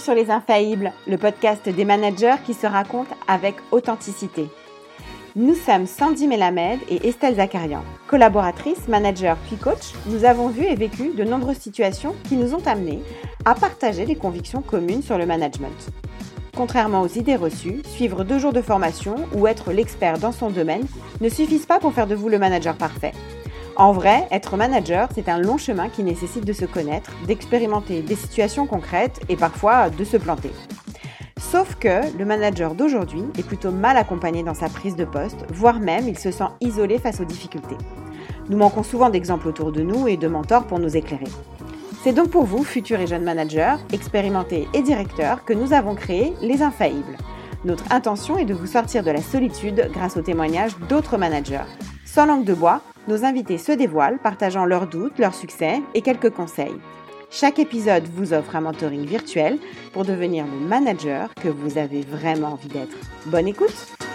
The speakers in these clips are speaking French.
sur Les Infaillibles, le podcast des managers qui se racontent avec authenticité. Nous sommes Sandy Melamed et Estelle Zakarian. Collaboratrices, managers puis coach, nous avons vu et vécu de nombreuses situations qui nous ont amenés à partager des convictions communes sur le management. Contrairement aux idées reçues, suivre 2 jours de formation ou être l'expert dans son domaine ne suffisent pas pour faire de vous le manager parfait. En vrai, être manager, c'est un long chemin qui nécessite de se connaître, d'expérimenter des situations concrètes et parfois de se planter. Sauf que le manager d'aujourd'hui est plutôt mal accompagné dans sa prise de poste, voire même il se sent isolé face aux difficultés. Nous manquons souvent d'exemples autour de nous et de mentors pour nous éclairer. C'est donc pour vous, futurs et jeunes managers, expérimentés et directeurs, que nous avons créé Les Infaillibles. Notre intention est de vous sortir de la solitude grâce aux témoignages d'autres managers. Sans langue de bois, nos invités se dévoilent, partageant leurs doutes, leurs succès et quelques conseils. Chaque épisode vous offre un mentoring virtuel pour devenir le manager que vous avez vraiment envie d'être. Bonne écoute!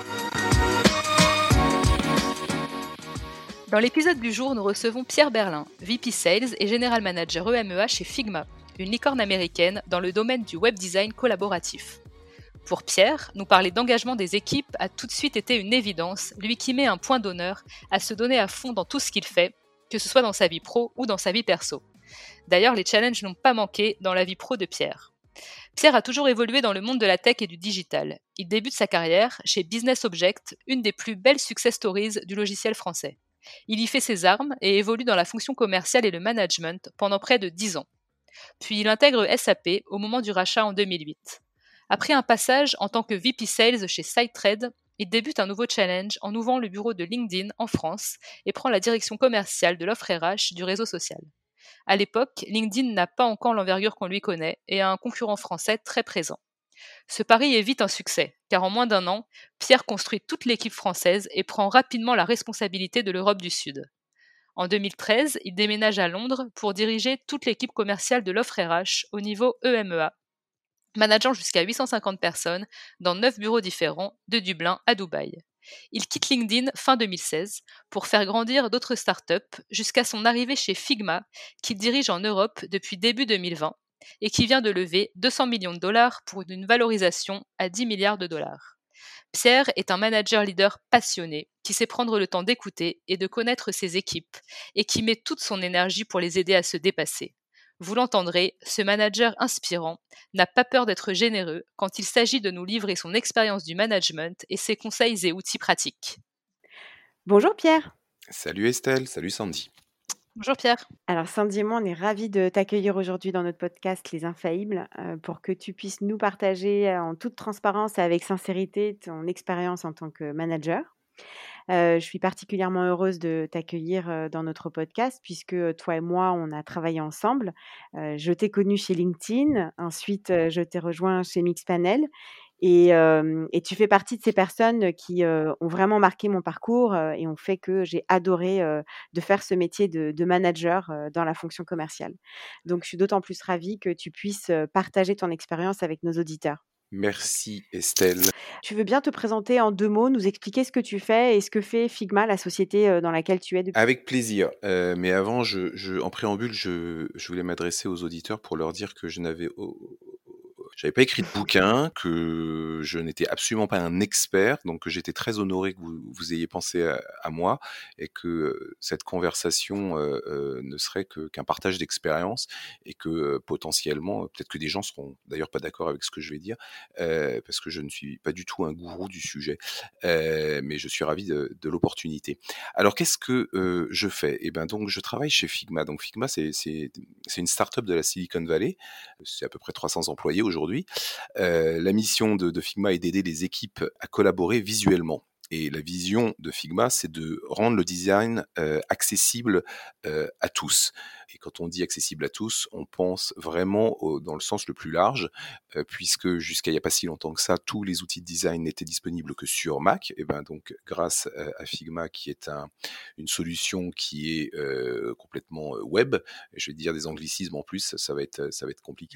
Dans l'épisode du jour, nous recevons Pierre Berlin, VP Sales et General Manager EMEA chez Figma, une licorne américaine dans le domaine du web design collaboratif. Pour Pierre, nous parler d'engagement des équipes a tout de suite été une évidence, lui qui met un point d'honneur à se donner à fond dans tout ce qu'il fait, que ce soit dans sa vie pro ou dans sa vie perso. D'ailleurs, les challenges n'ont pas manqué dans la vie pro de Pierre. Pierre a toujours évolué dans le monde de la tech et du digital. Il débute sa carrière chez Business Object, une des plus belles success stories du logiciel français. Il y fait ses armes et évolue dans la fonction commerciale et le management pendant près de 10 ans. Puis il intègre SAP au moment du rachat en 2008. Après un passage en tant que VP Sales chez SiteTrade, il débute un nouveau challenge en ouvrant le bureau de LinkedIn en France et prend la direction commerciale de l'offre RH du réseau social. À l'époque, LinkedIn n'a pas encore l'envergure qu'on lui connaît et a un concurrent français très présent. Ce pari est vite un succès, car en moins d'1 an, Pierre construit toute l'équipe française et prend rapidement la responsabilité de l'Europe du Sud. En 2013, il déménage à Londres pour diriger toute l'équipe commerciale de l'offre RH au niveau EMEA, manageant jusqu'à 850 personnes dans 9 bureaux différents, de Dublin à Dubaï. Il quitte LinkedIn fin 2016 pour faire grandir d'autres startups jusqu'à son arrivée chez Figma, qu'il dirige en Europe depuis début 2020 et qui vient de lever 200 millions de dollars pour une valorisation à 10 milliards de dollars. Pierre est un manager leader passionné qui sait prendre le temps d'écouter et de connaître ses équipes et qui met toute son énergie pour les aider à se dépasser. Vous l'entendrez, ce manager inspirant n'a pas peur d'être généreux quand il s'agit de nous livrer son expérience du management et ses conseils et outils pratiques. Bonjour Pierre! Salut Estelle, salut Sandy. Bonjour Pierre. Alors Sandy et moi, on est ravis de t'accueillir aujourd'hui dans notre podcast Les Infaillibles pour que tu puisses nous partager en toute transparence et avec sincérité ton expérience en tant que manager. Je suis particulièrement heureuse de t'accueillir dans notre podcast puisque toi et moi, on a travaillé ensemble. Je t'ai connue chez LinkedIn, ensuite je t'ai rejoint chez Mixpanel et tu fais partie de ces personnes qui ont vraiment marqué mon parcours et ont fait que j'ai adoré de faire ce métier de manager dans la fonction commerciale. Donc, je suis d'autant plus ravie que tu puisses partager ton expérience avec nos auditeurs. Merci Estelle. Tu veux bien te présenter en 2 mots, nous expliquer ce que tu fais et ce que fait Figma, la société dans laquelle tu es depuis? Avec plaisir. Mais avant, en préambule, je voulais m'adresser aux auditeurs pour leur dire que j'avais pas écrit de bouquin, que je n'étais absolument pas un expert, donc que j'étais très honoré que vous ayez pensé à moi et que cette conversation ne serait qu'un partage d'expérience et que potentiellement, peut-être que des gens seront d'ailleurs pas d'accord avec ce que je vais dire, parce que je ne suis pas du tout un gourou du sujet, mais je suis ravi de l'opportunité. Alors qu'est-ce que je fais? Eh ben donc je travaille chez Figma. Donc Figma, c'est une start-up de la Silicon Valley. C'est à peu près 300 employés aujourd'hui. La mission de Figma est d'aider les équipes à collaborer visuellement. Et la vision de Figma, c'est de rendre le design accessible à tous. Et quand on dit accessible à tous, on pense vraiment dans le sens le plus large, puisque jusqu'à il n'y a pas si longtemps que ça, tous les outils de design n'étaient disponibles que sur Mac. Et ben donc, grâce à Figma, qui est une solution qui est complètement web, je vais dire des anglicismes en plus, ça va être compliqué.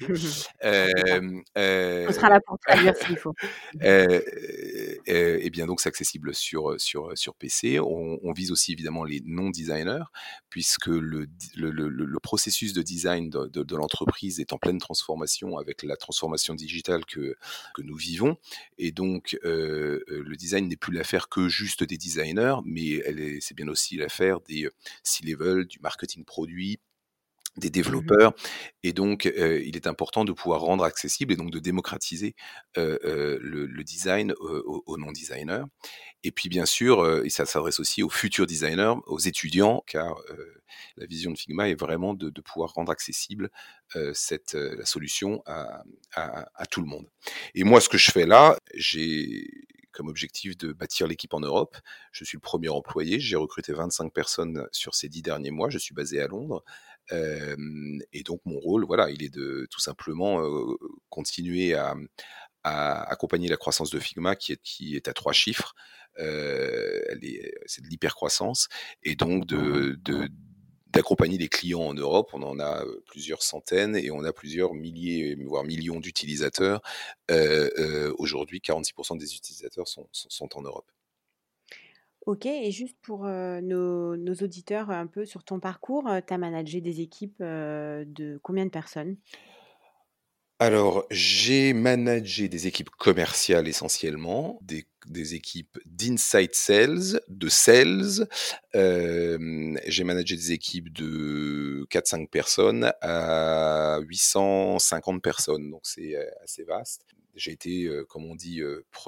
On sera là pour traduire s'il faut. Et bien donc c'est accessible accessible sur PC. On vise aussi évidemment les non-designers, puisque le processus de design de l'entreprise est en pleine transformation avec la transformation digitale que nous vivons. Et donc, le design n'est plus l'affaire que juste des designers, mais c'est bien aussi l'affaire des C-level, du marketing produit, des développeurs. Et donc, il est important de pouvoir rendre accessible et donc de démocratiser le design aux non-designers. Et puis bien sûr, et ça s'adresse aussi aux futurs designers, aux étudiants, car la vision de Figma est vraiment de pouvoir rendre accessible la solution à tout le monde. Et moi, ce que je fais là, j'ai comme objectif de bâtir l'équipe en Europe. Je suis le premier employé, j'ai recruté 25 personnes sur ces 10 derniers mois, je suis basé à Londres. Et donc mon rôle, voilà, il est de tout simplement continuer à accompagner la croissance de Figma qui est à 3 chiffres. C'est de l'hypercroissance, et donc d'accompagner les clients en Europe. On en a plusieurs centaines et on a plusieurs milliers, voire millions d'utilisateurs. Aujourd'hui, 46% des utilisateurs sont en Europe. Ok, et juste pour nos auditeurs un peu sur ton parcours, tu as managé des équipes de combien de personnes? Alors, j'ai managé des équipes commerciales essentiellement, des équipes d'inside sales, de sales. J'ai managé des équipes de 4-5 personnes à 850 personnes, donc c'est assez vaste. J'ai été, comme on dit,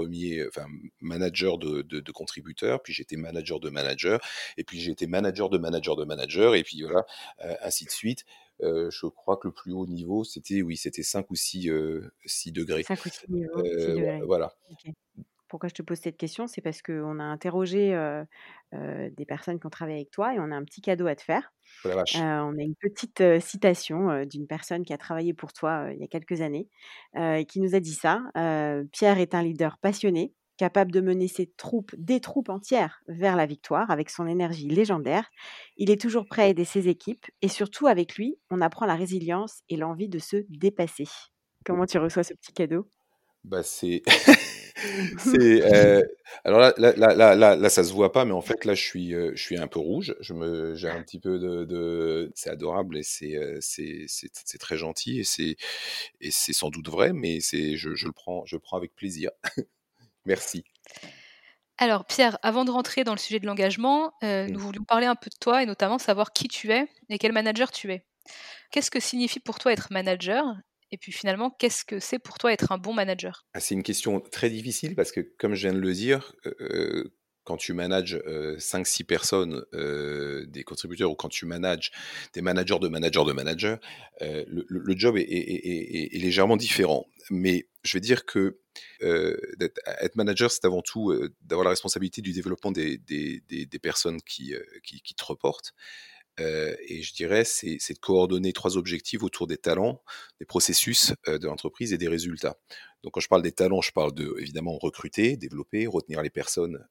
manager de contributeurs, puis j'ai été manager de manager, et puis j'ai été manager de manager de manager, et puis voilà, ainsi de suite. Je crois que le plus haut niveau, c'était 5 ou 6 degrés. 5 ou 6 niveaux, 6 degrés. Voilà. Ok. Pourquoi je te pose cette question? C'est parce qu'on a interrogé des personnes qui ont travaillé avec toi et on a un petit cadeau à te faire. Oh la vache. On a une petite citation d'une personne qui a travaillé pour toi il y a quelques années et qui nous a dit ça. Pierre est un leader passionné, capable de mener des troupes entières vers la victoire avec son énergie légendaire. Il est toujours prêt à aider ses équipes et surtout avec lui, on apprend la résilience et l'envie de se dépasser. Comment tu reçois ce petit cadeau? Bah, c'est c'est, alors là, ça se voit pas, mais en fait, là, je suis un peu rouge. J'ai un petit peu c'est adorable et c'est très gentil, et c'est sans doute vrai, mais je le prends avec plaisir. Merci. Alors Pierre, avant de rentrer dans le sujet de l'engagement, Mmh. nous voulions parler un peu de toi et notamment savoir qui tu es et quel manager tu es. Qu'est-ce que signifie pour toi être manager? Et puis finalement, qu'est-ce que c'est pour toi être un bon manager? Ah, c'est une question très difficile parce que, comme je viens de le dire, quand tu manages 5-6 personnes, des contributeurs, ou quand tu manages des managers de managers de managers, le job est légèrement différent. Mais je vais dire que être manager, c'est avant tout d'avoir la responsabilité du développement des personnes qui te reportent. Et je dirais, c'est de coordonner 3 objectifs autour des talents, des processus de l'entreprise et des résultats. Donc quand je parle des talents, je parle de, évidemment, recruter, développer, retenir les personnes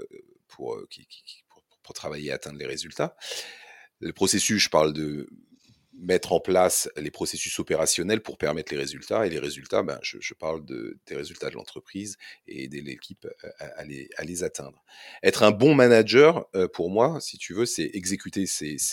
pour travailler et atteindre les résultats. Le processus, je parle de mettre en place les processus opérationnels pour permettre les résultats. Et les résultats, ben, je parle des résultats de l'entreprise et aider l'équipe à les atteindre. Être un bon manager, pour moi, si tu veux, c'est exécuter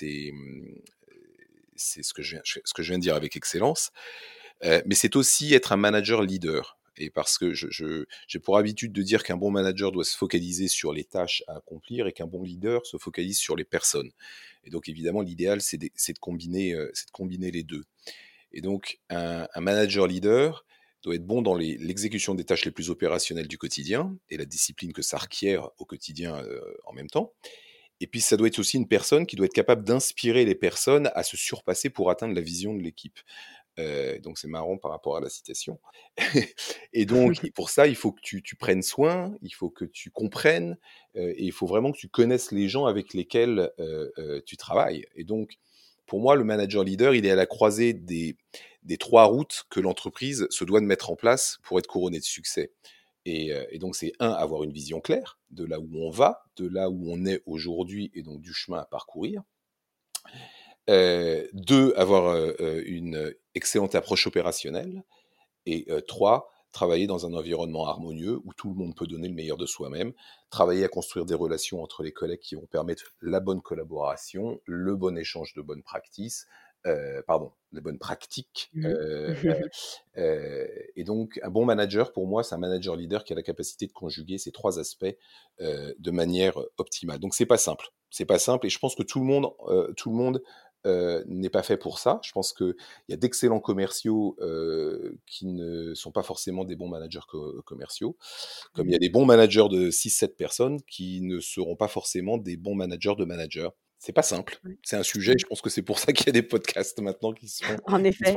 c'est ce que je viens de dire avec excellence. Mais c'est aussi être un manager leader. Et parce que j'ai pour habitude de dire qu'un bon manager doit se focaliser sur les tâches à accomplir et qu'un bon leader se focalise sur les personnes. Et donc évidemment, l'idéal, c'est de combiner les deux. Et donc un manager leader doit être bon dans l'exécution des tâches les plus opérationnelles du quotidien et la discipline que ça requiert au quotidien en même temps. Et puis ça doit être aussi une personne qui doit être capable d'inspirer les personnes à se surpasser pour atteindre la vision de l'équipe. Donc c'est marrant par rapport à la citation. Et donc pour ça, il faut que tu prennes soin, il faut que tu comprennes, et il faut vraiment que tu connaisses les gens avec lesquels tu travailles. Et donc pour moi, le manager leader, il est à la croisée des 3 routes que l'entreprise se doit de mettre en place pour être couronné de succès. Et donc c'est avoir une vision claire de là où on va, de là où on est aujourd'hui, et donc du chemin à parcourir. 2, avoir une excellente approche opérationnelle. Et 3, travailler dans un environnement harmonieux où tout le monde peut donner le meilleur de soi-même, travailler à construire des relations entre les collègues qui vont permettre la bonne collaboration, le bon échange de bonnes pratiques, les bonnes pratiques. Et donc, un bon manager, pour moi, c'est un manager leader qui a la capacité de conjuguer ces trois aspects de manière optimale. Donc, c'est pas simple. C'est pas simple, et je pense que tout le monde n'est pas fait pour ça. Je pense qu'il y a d'excellents commerciaux qui ne sont pas forcément des bons managers commerciaux, comme il y a des bons managers de 6-7 personnes qui ne seront pas forcément des bons managers de managers. C'est pas simple. Oui. C'est un sujet, je pense que c'est pour ça qu'il y a des podcasts maintenant qui se font, En effet.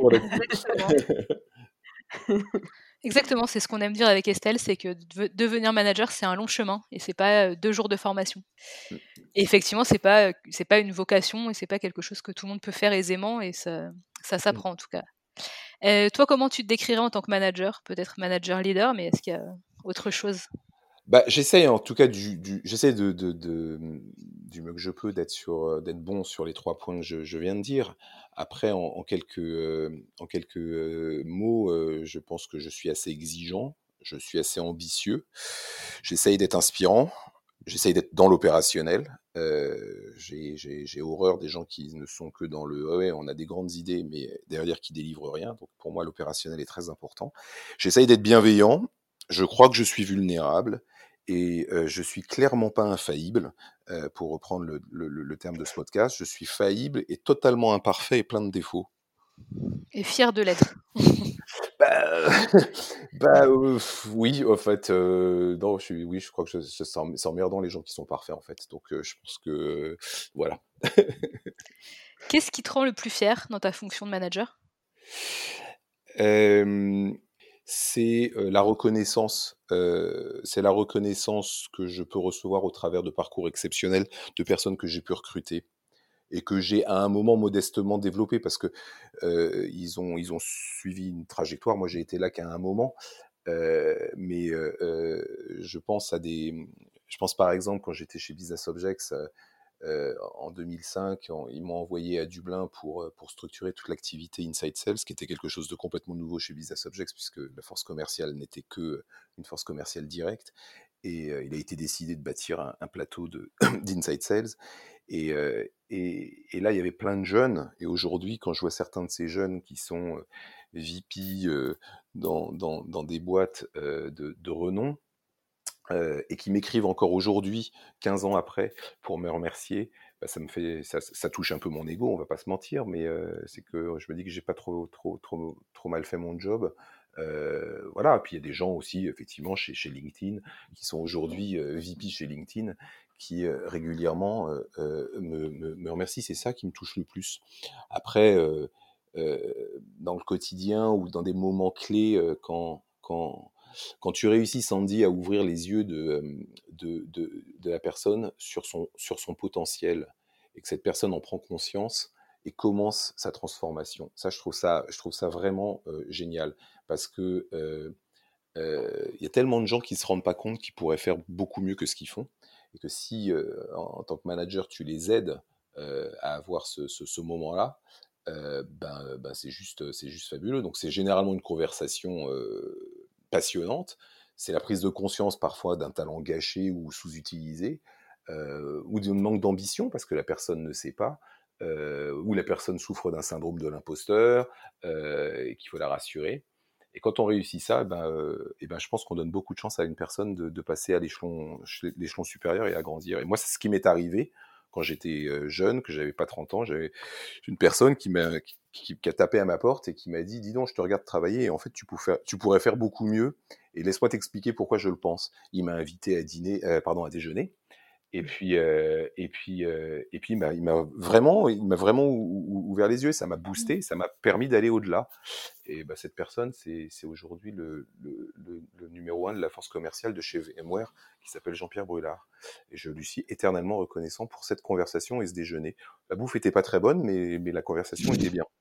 Exactement, c'est ce qu'on aime dire avec Estelle, c'est que devenir manager, c'est un long chemin et c'est pas 2 jours de formation. Et effectivement, c'est pas une vocation et c'est pas quelque chose que tout le monde peut faire aisément, et ça s'apprend en tout cas. Toi, comment tu te décrirais en tant que manager? Peut-être manager leader, mais est-ce qu'il y a autre chose? J'essaye en tout cas j'essaie du mieux que je peux d'être bon sur les 3 points que je viens de dire. Après, en quelques mots, je pense que je suis assez exigeant, je suis assez ambitieux, j'essaye d'être inspirant, j'essaye d'être dans l'opérationnel. J'ai horreur des gens qui ne sont que dans le ouais, on a des grandes idées, mais derrière qui délivrent rien. Donc pour moi, l'opérationnel est très important. J'essaye d'être bienveillant. Je crois que je suis vulnérable, et je suis clairement pas infaillible. Pour reprendre le terme de ce podcast, je suis faillible et totalement imparfait et plein de défauts. Et fier de l'être. Oui, en fait, non, je crois que c'est emmerdant les gens qui sont parfaits, en fait. Donc, je pense que, voilà. Qu'est-ce qui te rend le plus fier dans ta fonction de manager? C'est la reconnaissance. C'est la reconnaissance que je peux recevoir au travers de parcours exceptionnels de personnes que j'ai pu recruter et que j'ai à un moment modestement développé, parce que ils ont suivi une trajectoire. Moi, j'ai été là qu'à un moment. Mais je pense par exemple quand j'étais chez Business Objects en 2005, ils m'ont envoyé à Dublin pour structurer toute l'activité Inside Sales, qui était quelque chose de complètement nouveau chez Business Objects, puisque la force commerciale n'était que une force commerciale directe. Et il a été décidé de bâtir un plateau d'Inside Sales. Et là, il y avait plein de jeunes. Et aujourd'hui, quand je vois certains de ces jeunes qui sont VP dans des boîtes de renom, et qui m'écrivent encore aujourd'hui, 15 ans après, pour me remercier, ça touche un peu mon ego, on va pas se mentir, mais c'est que je me dis que j'ai pas trop mal fait mon job. Voilà. Puis il y a des gens aussi, effectivement, chez LinkedIn, qui sont aujourd'hui VP chez LinkedIn, qui régulièrement me remercient. C'est ça qui me touche le plus. Après, dans le quotidien ou dans des moments clés, quand tu réussis, Sandy, à ouvrir les yeux de la personne sur son potentiel, et que cette personne en prend conscience et commence sa transformation, ça, je trouve ça vraiment génial, parce que y a tellement de gens qui se rendent pas compte qu'ils pourraient faire beaucoup mieux que ce qu'ils font, et que si, en tant que manager, tu les aides à avoir ce moment-là, c'est juste fabuleux. Donc c'est généralement une conversation passionnante. C'est la prise de conscience parfois d'un talent gâché ou sous-utilisé, ou d'un manque d'ambition parce que la personne ne sait pas, ou la personne souffre d'un syndrome de l'imposteur, et qu'il faut la rassurer. Et quand on réussit ça, je pense qu'on donne beaucoup de chance à une personne de passer à l'échelon supérieur et à grandir. Et moi, c'est ce qui m'est arrivé quand j'étais jeune, que j'avais pas 30 ans. J'avais une personne qui a tapé à ma porte et qui m'a dit « Dis donc, je te regarde travailler et en fait, tu pourrais faire beaucoup mieux et laisse-moi t'expliquer pourquoi je le pense. » Il m'a invité à déjeuner. Et puis, il m'a vraiment ouvert les yeux, ça m'a boosté, ça m'a permis d'aller au-delà. Et cette personne, c'est aujourd'hui le numéro 1 de la force commerciale de chez VMware, qui s'appelle Jean-Pierre Brulard. Et je lui suis éternellement reconnaissant pour cette conversation et ce déjeuner. La bouffe était pas très bonne, mais la conversation était bien.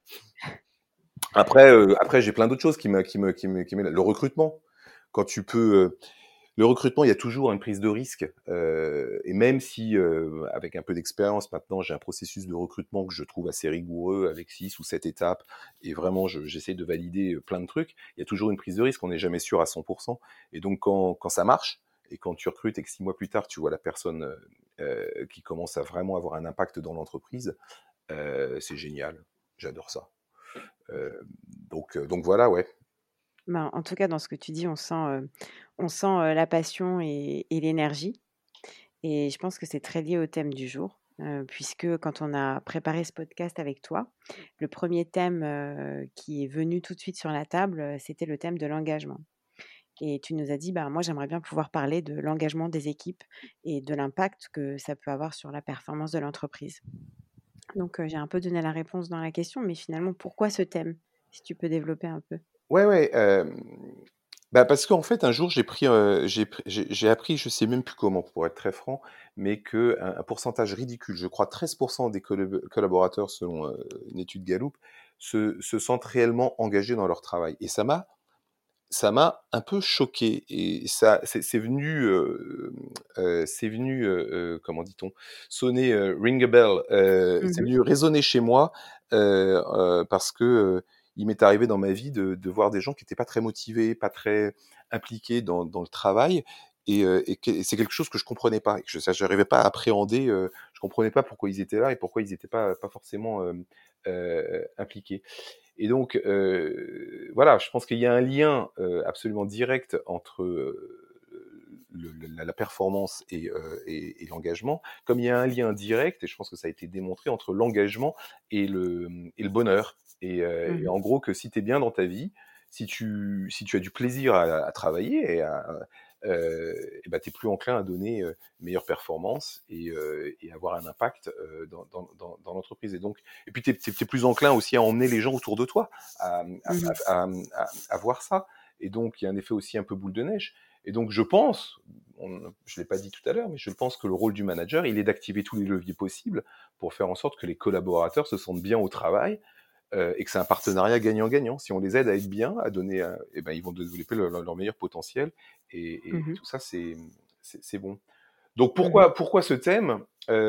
Après, j'ai plein d'autres choses qui me le recrutement. Quand tu peux Le recrutement, il y a toujours une prise de risque, et même si, avec un peu d'expérience maintenant, j'ai un processus de recrutement que je trouve assez rigoureux avec 6 ou 7 étapes et vraiment j'essaie de valider, plein de trucs. Il y a toujours une prise de risque, on n'est jamais sûr à 100 et donc quand ça marche et quand tu recrutes et que 6 mois plus tard, tu vois la personne, qui commence à vraiment avoir un impact dans l'entreprise, c'est génial. J'adore ça. Heu, donc voilà, ouais. Ben, en tout cas, dans ce que tu dis, on sent, la passion et l'énergie et je pense que c'est très lié au thème du jour, puisque quand on a préparé ce podcast avec toi, le premier thème, qui est venu tout de suite sur la table, c'était le thème de l'engagement et tu nous as dit: «Ben, moi, j'aimerais bien pouvoir parler de l'engagement des équipes et de l'impact que ça peut avoir sur la performance de l'entreprise». Donc j'ai un peu donné la réponse dans la question, mais finalement, pourquoi ce thème? Si tu peux développer un peu? Ouais, ouais, bah, parce qu'en fait, un jour, j'ai appris, je sais même plus comment, pour être très franc, mais qu'un pourcentage ridicule, je crois 13 des collaborateurs, selon, une étude Gallup, se sentent réellement engagés dans leur travail et ça m'a un peu choqué et ça c'est venu, comment dit-on? Sonner, ring a bell, c'est Mmh. venu résonner chez moi, parce que, il m'est arrivé dans ma vie de voir des gens qui étaient pas très motivés, pas très impliqués dans le travail et c'est quelque chose que je comprenais pas et que j'arrivais pas à appréhender, je comprenais pas pourquoi ils étaient là et pourquoi ils étaient pas forcément, impliqués. Et donc, voilà, je pense qu'il y a un lien, absolument direct entre, la performance et l'engagement, comme il y a un lien direct, et je pense que ça a été démontré, entre l'engagement et le bonheur. Et Mmh. en gros, que si tu es bien dans ta vie, si tu as du plaisir à travailler et bah, tu es plus enclin à donner meilleure performance et avoir un impact dans l'entreprise. Et puis, tu es plus enclin aussi à emmener les gens autour de toi, Mmh. à voir ça. Et donc, il y a un effet aussi un peu boule de neige. Et donc, je pense, je ne l'ai pas dit tout à l'heure, mais je pense que le rôle du manager, il est d'activer tous les leviers possibles pour faire en sorte que les collaborateurs se sentent bien au travail, et que c'est un partenariat gagnant-gagnant. Si on les aide à être bien, à donner, eh ben, ils vont développer leur meilleur potentiel, et Mmh. tout ça, c'est bon. Donc Mmh. pourquoi ce thème?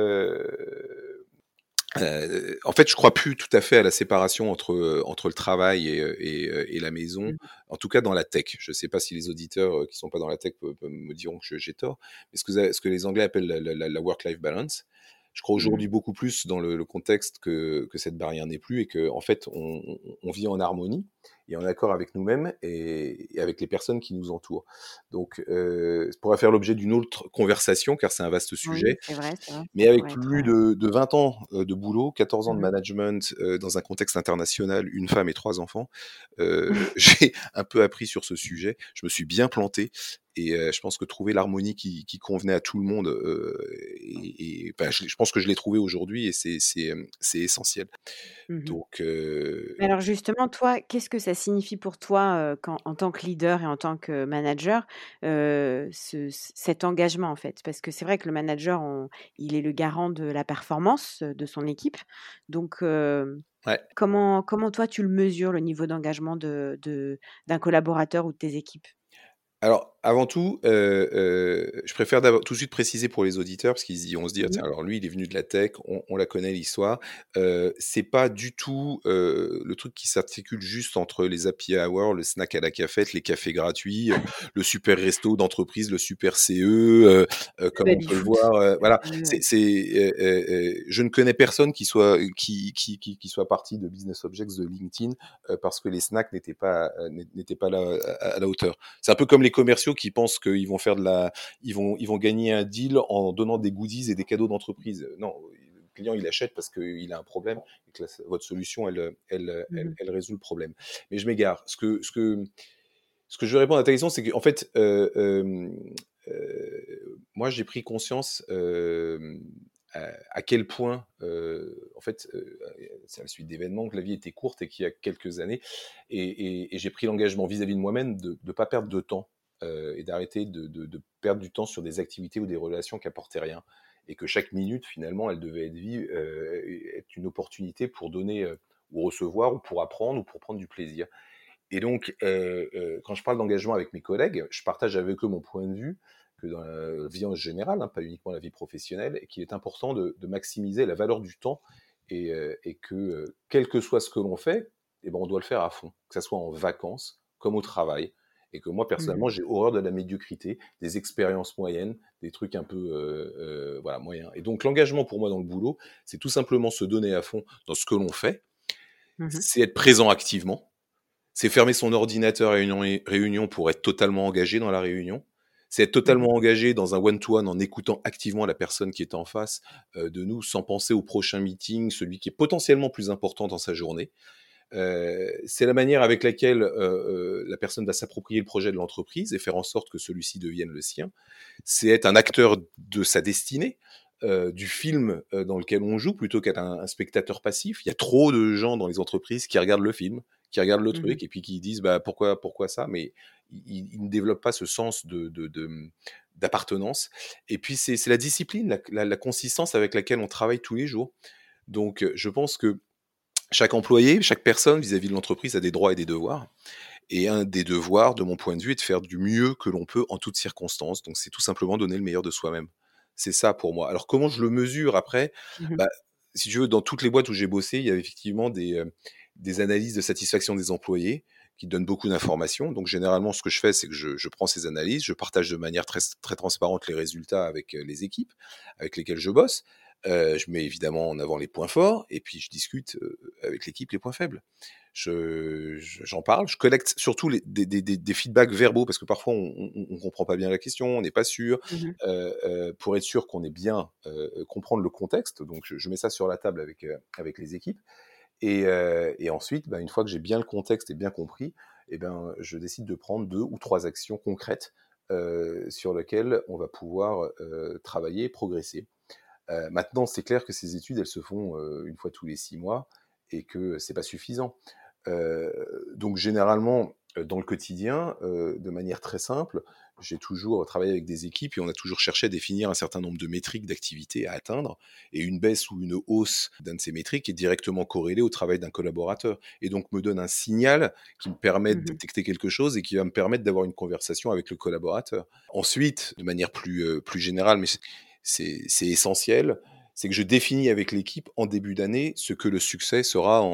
En fait, je crois plus tout à fait à la séparation entre le travail et la maison, Mmh. en tout cas dans la tech. Je ne sais pas si les auditeurs qui sont pas dans la tech me diront que j'ai tort, mais ce que les Anglais appellent la work-life balance, je crois Mmh. aujourd'hui beaucoup plus dans le contexte que cette barrière n'est plus et que en fait on vit en harmonie et en accord avec nous-mêmes et avec les personnes qui nous entourent. Donc, ça pourrait faire l'objet d'une autre conversation car c'est un vaste Oui, sujet. c'est vrai, Mais ça avec pourrait être, plus de 20 ans, de boulot, 14 ans de mmh management, dans un contexte international, une femme et 3 enfants, j'ai un peu appris sur ce sujet. Je me suis bien planté et je pense que trouver l'harmonie qui convenait à tout le monde, et enfin, je pense que je l'ai trouvé aujourd'hui et c'est essentiel. Mmh. Donc, Mais alors justement, toi, qu'est-ce que ça signifie pour toi, quand en tant que leader et en tant que manager, cet engagement, en fait? Parce que c'est vrai que le manager, il est le garant de la performance, de son équipe. Donc, ouais. comment toi tu le mesures, le niveau d'engagement d'un collaborateur ou de tes équipes? Alors, avant tout, je préfère tout de suite préciser pour les auditeurs parce qu'ils vont se dire: Mmh. «Tiens, alors lui, il est venu de la tech, on la connaît l'histoire». C'est pas du tout, le truc qui s'articule juste entre les happy hour, le snack à la cafette, les cafés gratuits, le super resto d'entreprise, le super CE, Le comme on peut le baby-foot, voir, le voilà. fameux, Je ne connais personne qui soit parti de Business Objects de LinkedIn, parce que les snacks n'étaient pas là à la hauteur. C'est un peu comme les commerciaux qui pensent qu'ils vont faire ils vont gagner un deal en donnant des goodies et des cadeaux d'entreprise. Non, le client il achète parce qu'il a un problème et que votre solution mmh. elle résout le problème. Mais je m'égare. Ce que je veux répondre à ta question, c'est qu'en fait, moi j'ai pris conscience à quel point, en fait, c'est à la suite d'événements que la vie était courte et qu'il y a quelques années, et j'ai pris l'engagement vis-à-vis de moi-même de ne pas perdre de temps, et d'arrêter de perdre du temps sur des activités ou des relations qui apportaient rien. Et que chaque minute, finalement, elle devait être une opportunité pour donner ou recevoir ou pour apprendre ou pour prendre du plaisir. Et donc, quand je parle d'engagement avec mes collègues, je partage avec eux mon point de vue, que dans la vie en général, hein, pas uniquement la vie professionnelle, et qu'il est important de maximiser la valeur du temps et que, quel que soit ce que l'on fait, eh ben, on doit le faire à fond, que ça soit en vacances comme au travail. Et que moi, Mmh. personnellement, j'ai horreur de la médiocrité, des expériences moyennes, des trucs un peu voilà, moyens. Et donc, l'engagement pour moi dans le boulot, c'est tout simplement se donner à fond dans ce que l'on fait, Mmh. c'est être présent activement, c'est fermer son ordinateur à une réunion pour être totalement engagé dans la réunion. C'est être Mmh. totalement engagé dans un one-to-one en écoutant activement la personne qui est en face de nous, sans penser au prochain meeting, celui qui est potentiellement plus important dans sa journée. C'est la manière avec laquelle la personne va s'approprier le projet de l'entreprise et faire en sorte que celui-ci devienne le sien. C'est être un acteur de sa destinée, du film dans lequel on joue, plutôt qu'être un spectateur passif. Il y a trop de gens dans les entreprises qui regardent le film, qui regardent le Mmh. truc, et puis qui disent bah, pourquoi ça, mais ils ne développent pas ce sens d'appartenance. Et puis c'est la discipline, la consistance avec laquelle on travaille tous les jours. Donc je pense que chaque employé, chaque personne vis-à-vis de l'entreprise a des droits et des devoirs. Et un des devoirs, de mon point de vue, est de faire du mieux que l'on peut en toutes circonstances. Donc c'est tout simplement donner le meilleur de soi-même. C'est ça pour moi. Alors comment je le mesure après? Mmh. Bah, si tu veux, dans toutes les boîtes où j'ai bossé, il y avait effectivement des analyses de satisfaction des employés qui donnent beaucoup d'informations. Donc généralement, ce que je fais, c'est que je prends ces analyses, je partage de manière très, très transparente les résultats avec les équipes avec lesquelles je bosse. Je mets évidemment en avant les points forts et puis je discute avec l'équipe les points faibles. J'en parle, je collecte surtout des feedbacks verbaux parce que parfois on comprend pas bien la question, on n'est pas sûr. Mmh. Pour être sûr qu'on est bien comprendre le contexte, donc je mets ça sur la table avec les équipes. Et ensuite, bah, une fois que j'ai bien le contexte et bien compris, eh ben, je décide de prendre 2 ou 3 actions concrètes sur lesquelles on va pouvoir travailler et progresser. Maintenant, c'est clair que ces études, elles se font une fois tous les 6 mois et que c'est pas suffisant. Donc généralement, dans le quotidien, de manière très simple, j'ai toujours travaillé avec des équipes et on a toujours cherché à définir un certain nombre de métriques d'activité à atteindre, et une baisse ou une hausse d'un de ces métriques est directement corrélée au travail d'un collaborateur et donc me donne un signal qui me permet de Mmh. détecter quelque chose et qui va me permettre d'avoir une conversation avec le collaborateur. Ensuite, de manière plus générale, mais c'est essentiel, c'est que je définis avec l'équipe en début d'année ce que le succès sera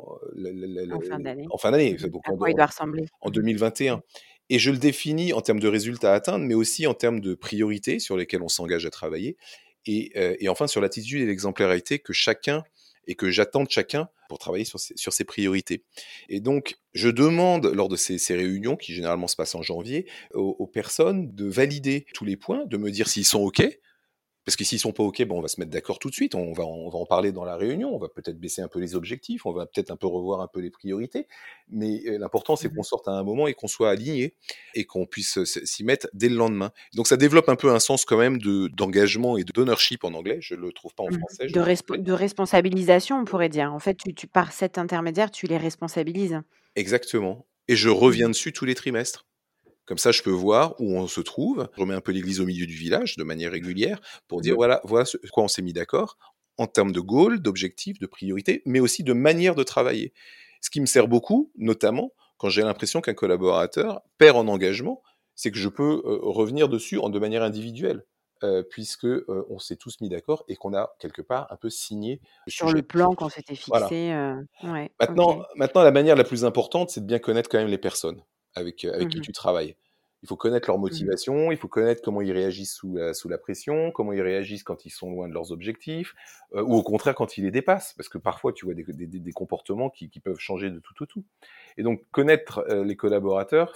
En fin d'année. en fin d'année, Mmh. donc À quoi il doit ressembler. en Mmh. 2021. Mmh. Et je le définis en termes de résultats à atteindre, mais aussi en termes de priorités sur lesquelles on s'engage à travailler, et enfin sur l'attitude et l'exemplarité que chacun et que j'attends de chacun pour travailler sur ces priorités. Et donc, je demande lors de ces réunions, qui généralement se passent en janvier, aux personnes de valider tous les points, de me dire s'ils sont OK, parce que s'ils sont pas OK, bon, on va se mettre d'accord tout de suite, on va en parler dans la réunion, on va peut-être baisser un peu les objectifs, on va peut-être un peu revoir un peu les priorités, mais l'important, c'est qu'on Mmh. sorte à un moment et qu'on soit alignés et qu'on puisse s'y mettre dès le lendemain. Donc ça développe un peu un sens quand même d'engagement et d'ownership en anglais, je le trouve pas en Mmh. français, je le trouve en anglais. De responsabilisation, on pourrait dire. En fait, tu par cet intermédiaire, tu les responsabilises. Exactement. Et je Mmh reviens mh. dessus tous les trimestres. Comme ça, je peux voir où on se trouve. Je remets un peu l'église au milieu du village de manière régulière pour dire Mmh. voilà ce quoi on s'est mis d'accord en termes de goals, d'objectifs, de priorités, mais aussi de manière de travailler. Ce qui me sert beaucoup, notamment quand j'ai l'impression qu'un collaborateur perd en engagement, c'est que je peux revenir dessus de manière individuelle, puisque on s'est tous mis d'accord et qu'on a quelque part un peu signé le Sur le sujet. plan qu'on s'était Voilà. fixé, ouais, OK. Maintenant, la manière la plus importante, c'est de bien connaître quand même les personnes avec Mmh qui mh. tu travailles. Il faut connaître leur Mmh. motivation, il faut connaître comment ils réagissent sous la pression, comment ils réagissent quand ils sont loin de leurs objectifs, ou au contraire quand ils les dépassent. Parce que parfois, tu vois des comportements qui peuvent changer de tout au tout. Et donc, connaître les collaborateurs,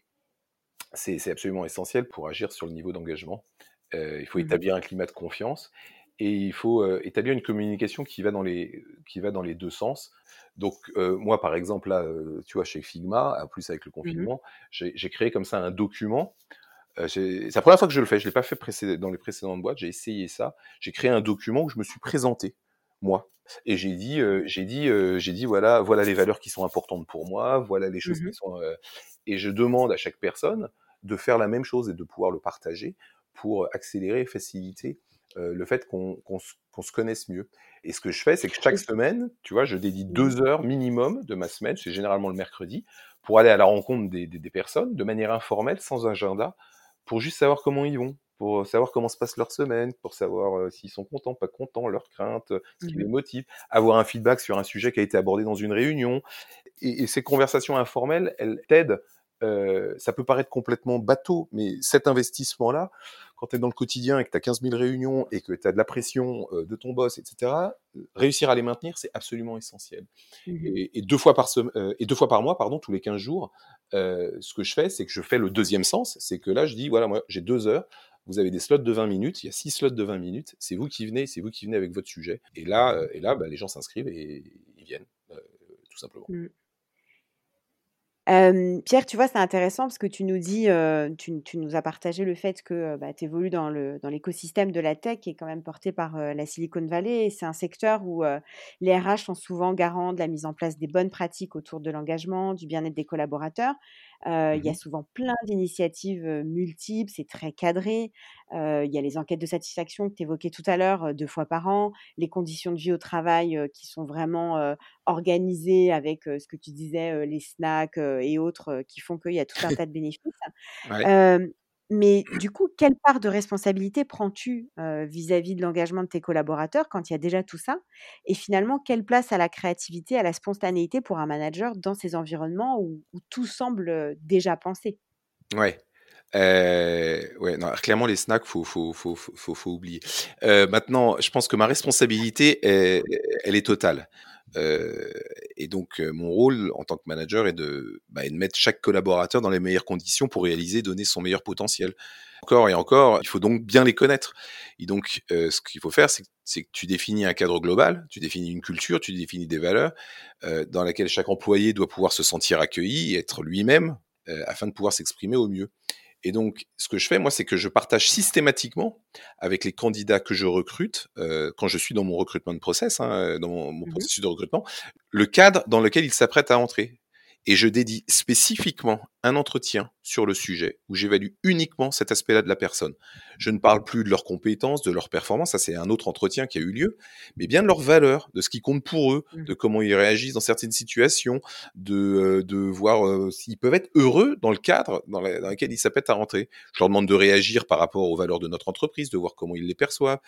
c'est absolument essentiel pour agir sur le niveau d'engagement. Il faut Mmh. établir un climat de confiance et il faut établir une communication qui va dans les 2 sens. Donc, moi, par exemple, là, tu vois, chez Figma, en plus avec le Mmh. confinement, j'ai créé comme ça un document. C'est la première fois que je le fais. Je l'ai pas fait dans les précédentes boîtes. J'ai essayé ça. J'ai créé un document où je me suis présenté, moi, et j'ai dit voilà les valeurs qui sont importantes pour moi, voilà les choses qui Mmh. sont et je demande à chaque personne de faire la même chose et de pouvoir le partager pour accélérer et faciliter le fait qu'on se connaisse mieux. Et ce que je fais, c'est que chaque Et semaine, tu vois, je dédie mmh. 2 heures minimum de ma semaine, c'est généralement le mercredi, pour aller à la rencontre des personnes de manière informelle, sans agenda, pour juste savoir comment ils vont, pour savoir comment se passe leur semaine, pour savoir s'ils sont contents, pas contents, leurs craintes, ce qui les motive, avoir un feedback sur un sujet qui a été abordé dans une réunion. Et ces conversations informelles, elles t'aident. Ça peut paraître complètement bateau, mais cet investissement-là, quand tu es dans le quotidien et que tu as 15 000 réunions et que tu as de la pression de ton boss, etc., réussir à les maintenir, c'est absolument essentiel. Et 2 fois par mois, pardon, tous les 15 jours, ce que je fais, c'est que je fais le deuxième sens. C'est que là, je dis, voilà, moi, j'ai 2 heures. Vous avez des slots de 20 minutes. Il y a 6 slots de 20 minutes. C'est vous qui venez avec votre sujet. Et là, bah, les gens s'inscrivent et ils viennent, tout simplement. Pierre, tu vois, c'est intéressant parce que tu nous dis, tu nous as partagé le fait que, bah, tu évolues dans l'écosystème de la tech qui est quand même porté par, la Silicon Valley et c'est un secteur où, les RH sont souvent garants de la mise en place des bonnes pratiques autour de l'engagement, du bien-être des collaborateurs. Il y a souvent plein d'initiatives, multiples, c'est très cadré. Il y a les enquêtes de satisfaction que tu évoquais tout à l'heure, 2 fois par an, les conditions de vie au travail, qui sont vraiment, organisées avec, ce que tu disais, les snacks, et autres, qui font qu'il y a tout un tas de bénéfices. Ouais. Hem, mais du coup, quelle part de responsabilité prends-tu, vis-à-vis de l'engagement de tes collaborateurs quand il y a déjà tout ça? Et finalement, quelle place à la créativité, à la spontanéité pour un manager dans ces environnements où tout semble, déjà pensé? Ouais. Ouais, non, clairement les snacks, faut oublier. Maintenant, je pense que ma responsabilité elle est totale. Heu et donc mon rôle en tant que manager est de mettre chaque collaborateur dans les meilleures conditions pour réaliser, donner son meilleur potentiel. Encore et encore, il faut donc bien les connaître et donc ce qu'il faut faire, c'est que tu définis un cadre global, tu définis une culture, tu définis des valeurs, dans laquelle chaque employé doit pouvoir se sentir accueilli et être lui-même, afin de pouvoir s'exprimer au mieux. Et donc, ce que je fais, moi, c'est que je partage systématiquement avec les candidats que je recrute, quand je suis dans mon recrutement de process, hein, dans mon Mmh. processus de recrutement, le cadre dans lequel ils s'apprêtent à entrer. Et je dédie spécifiquement un entretien sur le sujet où j'évalue uniquement cet aspect-là de la personne. Je ne parle plus de leurs compétences, de leurs performances, ça c'est un autre entretien qui a eu lieu, mais bien de leurs valeurs, de ce qui compte pour eux, Mmh. de comment ils réagissent dans certaines situations, de voir s'ils peuvent être heureux dans le cadre dans lequel ils s'apprêtent à rentrer. Je leur demande de réagir par rapport aux valeurs de notre entreprise, de voir comment ils les perçoivent,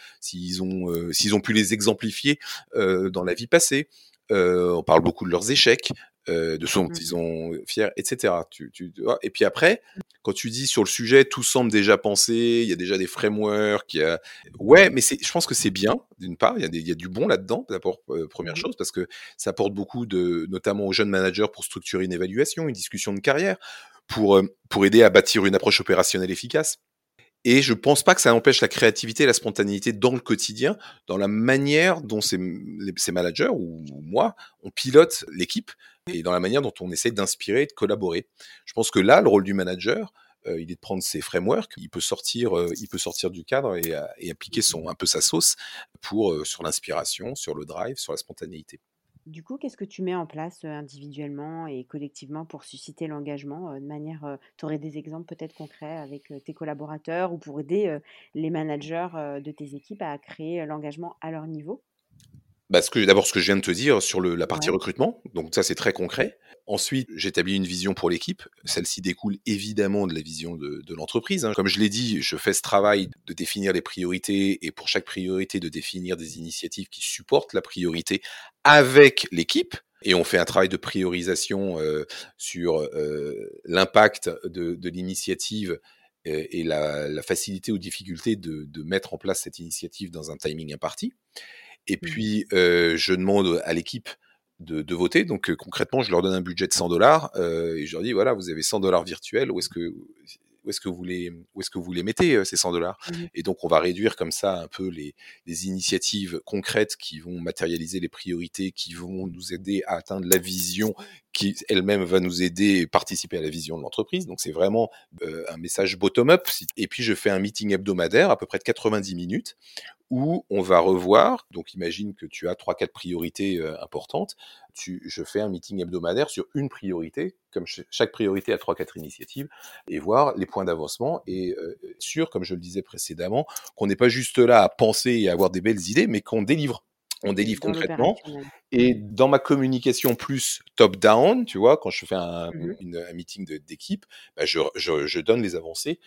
s'ils ont pu les exemplifier dans la vie passée. On parle beaucoup de leurs échecs, de ce dont Mmh. ils sont fiers, etc. Tu vois. Et puis après, quand tu dis sur le sujet, tout semble déjà pensé, il y a déjà des frameworks, ouais, mais je pense que c'est bien, d'une part, il y a du bon là-dedans, d'abord, première Mmh. chose, parce que ça apporte beaucoup notamment aux jeunes managers pour structurer une évaluation, une discussion de carrière, pour aider à bâtir une approche opérationnelle efficace. Et je pense pas que ça empêche la créativité et la spontanéité dans le quotidien, dans la manière dont ces managers ou moi, on pilote l'équipe et dans la manière dont on essaie d'inspirer et de collaborer. Je pense que là, le rôle du manager, il est de prendre ses frameworks, il peut sortir du cadre et appliquer un peu sa sauce sur l'inspiration, sur le drive, sur la spontanéité. Du coup, qu'est-ce que tu mets en place, individuellement et collectivement pour susciter l'engagement, de manière, tu aurais des exemples peut-être concrets avec, tes collaborateurs ou pour aider, les managers, de tes équipes à créer, l'engagement à leur niveau? Bah, ce que je viens de te dire sur la partie Ouais. recrutement, donc ça c'est très Mmh. concret. Ensuite, j'établis une vision pour l'équipe. Celle-ci découle évidemment de la vision de l'entreprise, hein. Comme je l'ai dit, je fais ce travail de définir les priorités et pour chaque priorité de définir des initiatives qui supportent la priorité avec l'équipe. Et on fait un travail de priorisation sur l'impact de l'initiative et la facilité ou difficulté de mettre en place cette initiative dans un timing imparti. Et Mmh. puis, je demande à l'équipe de voter. Donc, concrètement, je leur donne un budget de 100 $ et je leur dis voilà, vous avez 100 $ virtuels. Où est-ce que vous les mettez ces 100 $? Mmh. Et donc, on va réduire comme ça un peu les initiatives concrètes qui vont matérialiser les priorités, qui vont nous aider à atteindre la vision, qui elle-même va nous aider et participer à la vision de l'entreprise. Donc, c'est vraiment un message bottom-up. Et puis, je fais un meeting hebdomadaire à peu près de 90 minutes où on va revoir, donc imagine que tu as 3-4 priorités importantes, je fais un meeting hebdomadaire sur une priorité, comme chaque priorité a 3-4 initiatives, et voir les points d'avancement, et sûr, comme je le disais précédemment, qu'on n'est pas juste là à penser et à avoir des belles idées, mais qu'on délivre. on délivre dans concrètement. l'opérationnel. Et dans ma communication plus top-down, tu vois, quand je fais un Mmh. meeting d'équipe, bah, je donne les avancées,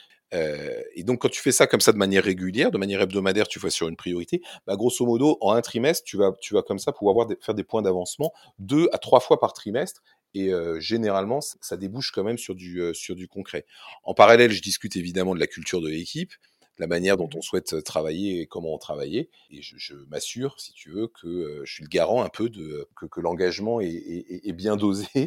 et donc quand tu fais ça comme ça de manière régulière, de manière hebdomadaire, tu vois, sur une priorité, bah, grosso modo, en un trimestre, tu vas comme ça pouvoir faire des points d'avancement 2 à 3 fois par trimestre et généralement, ça débouche quand même sur du concret. En parallèle, je discute évidemment de la culture de l'équipe, de la manière dont on Mmh. souhaite travailler et comment on travailler. Et je m'assure, si tu veux, que je suis le garant un peu que l'engagement est bien dosé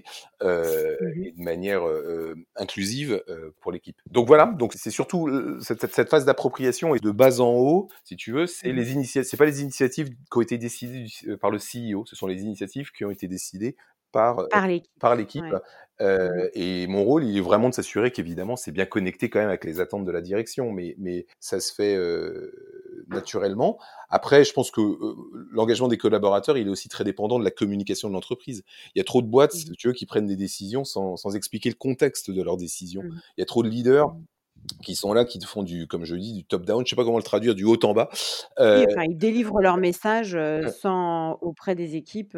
Mmh. et de manière inclusive pour l'équipe. Donc voilà, donc c'est surtout cette phase d'appropriation et de bas en haut, si tu veux, c'est Mmh. les initiatives. C'est pas les initiatives qui ont été décidées par le CEO, ce sont les initiatives qui ont été décidées par Par l'équipe. par l'équipe. Ouais. Mmh. Et mon rôle, il est vraiment de s'assurer qu'évidemment, c'est bien connecté quand même avec les attentes de la direction, mais ça se fait naturellement. Après, je pense que l'engagement des collaborateurs, il est aussi très dépendant de la communication de l'entreprise. Il y a trop de boîtes, si Mmh. tu veux, qui prennent des décisions sans expliquer le contexte de leurs décisions. Mmh. Il y a trop de leaders Mmh. qui sont là, qui te font comme je dis, du top-down, je sais pas comment le traduire, du haut en bas. Oui, enfin, ils délivrent leur message, Euh, sans auprès des équipes,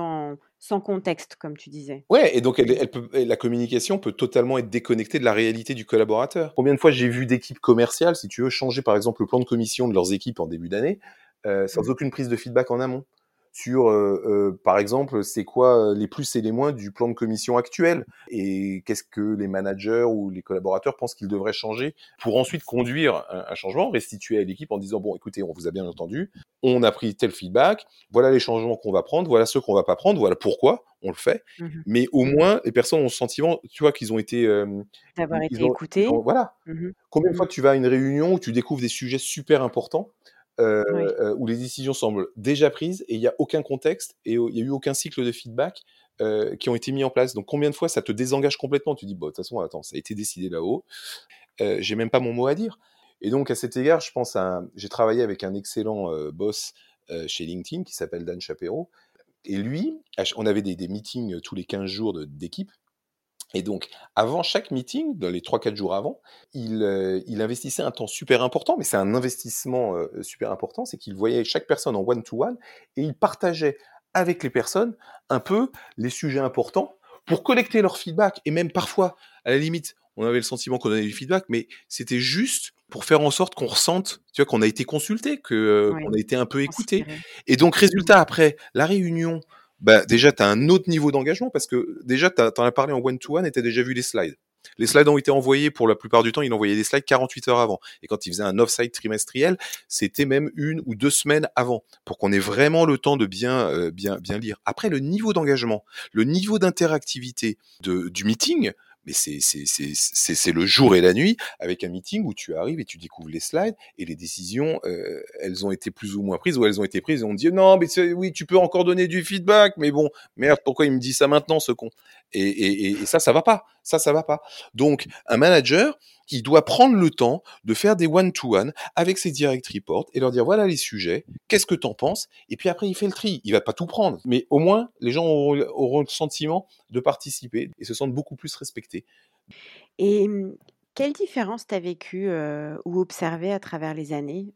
sans contexte, comme tu disais. Ouais, et donc Mmh. la communication peut totalement être déconnectée de la réalité du collaborateur. Combien de fois j'ai vu d'équipes commerciales, si tu veux, changer par exemple le plan de commission de leurs équipes en début d'année, sans Mmh. aucune prise de feedback en amont. Sur, par exemple, c'est quoi les plus et les moins du plan de commission actuel et qu'est-ce que les managers ou les collaborateurs pensent qu'ils devraient changer pour ensuite conduire un changement, restituer à l'équipe en disant, bon, écoutez, on vous a bien entendu, on a pris tel feedback, voilà les changements qu'on va prendre, voilà ceux qu'on va pas prendre, voilà pourquoi on le fait. Mmh. Mais au Mmh. moins, les personnes ont le sentiment, tu vois, qu'ils ont été, D'avoir été écoutés. voilà. Mmh. Combien de Mmh. fois tu vas à une réunion où tu découvres des sujets super importants, Ouais. où les décisions semblent déjà prises et il y a aucun contexte et il y a eu aucun cycle de feedback, qui ont été mis en place. Donc combien de fois ça te désengage complètement? Tu dis: «Bon, de toute façon, attends, ça a été décidé là-haut, j'ai même pas mon mot à dire». Et donc à cet égard, je pense j'ai travaillé avec un excellent, boss, chez LinkedIn qui s'appelle Dan Shapiro et lui, on avait des meetings tous les 15 jours d'équipe. Et donc, avant chaque meeting, dans les 3-4 jours avant, il investissait un temps super important, mais c'est un investissement super important, c'est qu'il voyait chaque personne en one-to-one et il partageait avec les personnes un peu les sujets importants pour collecter leur feedback. Et même parfois, à la limite, on avait le sentiment qu'on donnait du feedback, mais c'était juste pour faire en sorte qu'on ressente, tu vois, qu'on a été consulté, Ouais. qu'on a été un peu écouté. Considéré. Et donc, Mmh. résultat, après la réunion, bah, déjà, tu as un autre niveau d'engagement parce que déjà, tu en as parlé en one-to-one et tu as déjà vu les slides. Les slides ont été envoyés pour la plupart du temps, il envoyait des slides 48 heures avant. Et quand il faisait un off-site trimestriel, c'était même 1 ou 2 semaines avant pour qu'on ait vraiment le temps de bien lire. Après, le niveau d'engagement, le niveau d'interactivité du meeting, mais c'est le jour et la nuit avec un meeting où tu arrives et tu découvres les slides et les décisions, elles ont été plus ou moins prises ou elles ont été prises et on dit non, mais oui, tu peux encore donner du feedback, mais bon, merde, pourquoi il me dit ça maintenant, ce con? Et ça va pas. Ça va pas. Donc, un manager, il doit prendre le temps de faire des one-to-one avec ses direct reports et leur dire voilà les sujets, qu'est-ce que t'en penses? Et puis après, il fait le tri. Il va pas tout prendre, mais au moins, les gens auront le sentiment de participer et se sentent beaucoup plus respectés. Et quelle différence tu as vécu, ou observé à travers les années,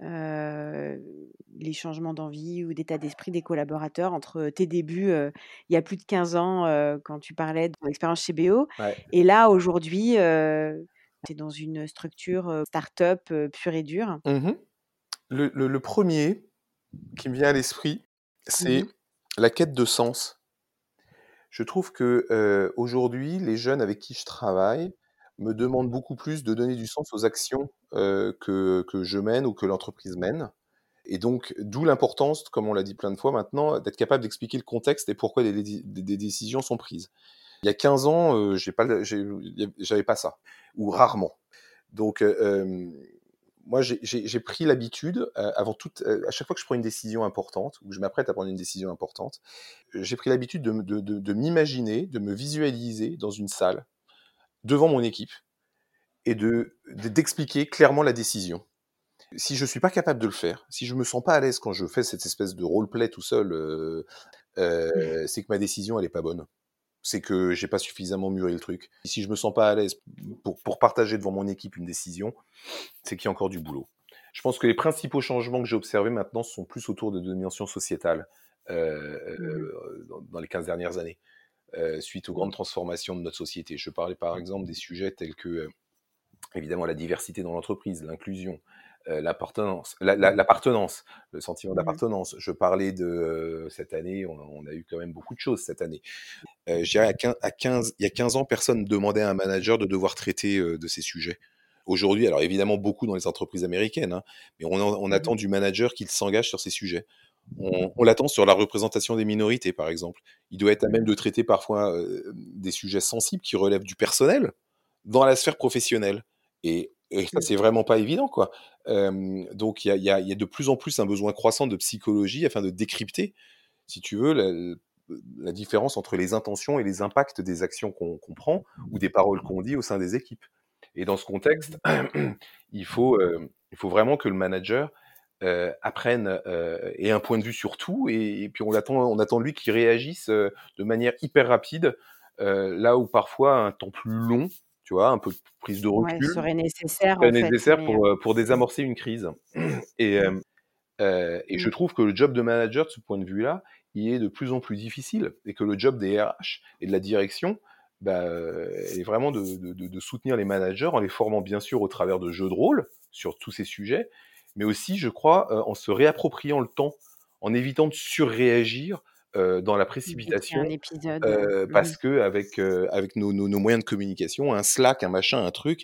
les changements d'envie ou d'état d'esprit des collaborateurs entre tes débuts, il y a plus de 15 ans, quand tu parlais de ton expérience chez BO Ouais. et là aujourd'hui, tu es dans une structure, start-up, pure et dure? Mmh. Le 1er qui me vient à l'esprit, c'est Mmh. la quête de sens. Je trouve que, aujourd'hui, les jeunes avec qui je travaille me demandent beaucoup plus de donner du sens aux actions, que je mène ou que l'entreprise mène et donc d'où l'importance, comme on l'a dit plein de fois maintenant, d'être capable d'expliquer le contexte et pourquoi des décisions sont prises. Il y a 15 ans, j'avais pas ça ou rarement. Donc, moi, j'ai pris l'habitude, à chaque fois que je prends une décision importante ou que je m'apprête à prendre une décision importante, j'ai pris l'habitude de m'imaginer, de me visualiser dans une salle, devant mon équipe et d'expliquer clairement la décision. Si je suis pas capable de le faire, si je me sens pas à l'aise quand je fais cette espèce de role-play tout seul, c'est que ma décision, elle est pas bonne. C'est que j'ai pas suffisamment mûri le truc. Si je me sens pas à l'aise pour partager devant mon équipe une décision, c'est qu'il y a encore du boulot. Je pense que les principaux changements que j'ai observés maintenant sont plus autour de dimensions sociétales Mmh. dans les 15 dernières années, suite aux Mmh. grandes transformations de notre société. Je parlais par exemple des sujets tels que, évidemment, la diversité dans l'entreprise, l'inclusion, l'appartenance, le sentiment Mmh. d'appartenance. Je parlais de cette année, on a eu quand même beaucoup de choses cette année. Je dirais il y a 15 ans, personne ne demandait à un manager de devoir traiter de ces sujets. Aujourd'hui, alors évidemment beaucoup dans les entreprises américaines, hein, mais on Mmh. attend du manager qu'il s'engage sur ces sujets. On l'attend sur la représentation des minorités, par exemple. Il doit être à même Mmh. de traiter parfois des sujets sensibles qui relèvent du personnel dans la sphère professionnelle. Et ça, Mmh. c'est vraiment pas évident, quoi. Donc, il y a de plus en plus un besoin croissant de psychologie afin de décrypter, si tu veux, la différence entre les intentions et les impacts des actions qu'on prend ou des paroles qu'on dit au sein des équipes. Et dans ce contexte, Mmh. il faut vraiment que le manager apprenne ait un point de vue sur tout et puis on attend de lui qu'il réagisse de manière hyper rapide, là où parfois un temps plus long, tu vois, un peu de prise de Ouais, recul, serait nécessaire en serait fait, nécessaire mais pour mmh. désamorcer une crise. Et, Mmh. et je Mmh. trouve que le job de manager, de ce point de vue-là, il est de plus en plus difficile et que le job des RH et de la direction, bah, est vraiment de soutenir les managers en les formant bien sûr au travers de jeux de rôle sur tous ces sujets, mais aussi, je crois, en se réappropriant le temps, en évitant de surréagir dans la D'écrire un précipitation épisode, mmh. parce que avec nos moyens de communication, un Slack, un machin, un truc,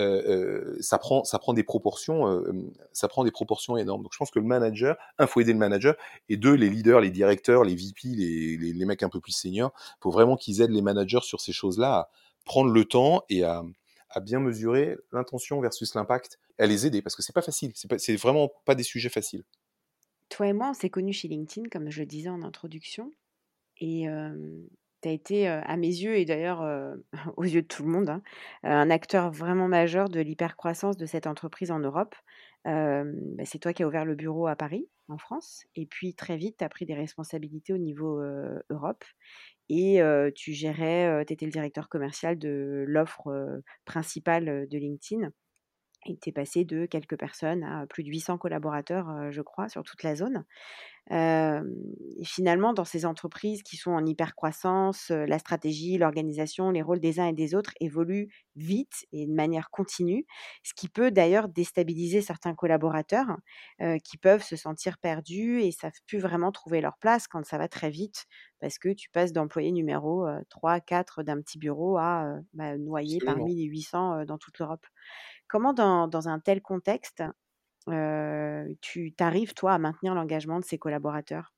ça prend des proportions, ça prend des proportions énormes. Donc je pense que le manager, un, faut aider le manager, et deux, les leaders, les directeurs, les VP, les mecs un peu plus seniors, faut vraiment qu'ils aident les managers sur ces choses-là à prendre le temps et à bien mesurer l'intention versus l'impact, à les aider parce que c'est pas facile, c'est vraiment pas des sujets faciles. Toi et moi, on s'est connus chez LinkedIn, comme je le disais en introduction, et tu as été, à mes yeux et d'ailleurs, aux yeux de tout le monde, hein, un acteur vraiment majeur de l'hypercroissance de cette entreprise en Europe. C'est toi qui as ouvert le bureau à Paris, en France, et puis très vite, tu as pris des responsabilités au niveau, Europe, et tu gérais, tu étais le directeur commercial de l'offre, principale, de LinkedIn, et tu es passé de quelques personnes à plus de 800 collaborateurs, je crois, sur toute la zone. Hem Et finalement, dans ces entreprises qui sont en hyper croissance, la stratégie, l'organisation, les rôles des uns et des autres évoluent vite et de manière continue, ce qui peut d'ailleurs déstabiliser certains collaborateurs, qui peuvent se sentir perdus et savent plus vraiment trouver leur place quand ça va très vite. Parce que tu passes d'employé numéro, 3-4 d'un petit bureau à, noyé Absolument. parmi les 800, dans toute l'Europe. Comment dans un tel contexte, tu arrives toi à maintenir l'engagement de ces collaborateurs?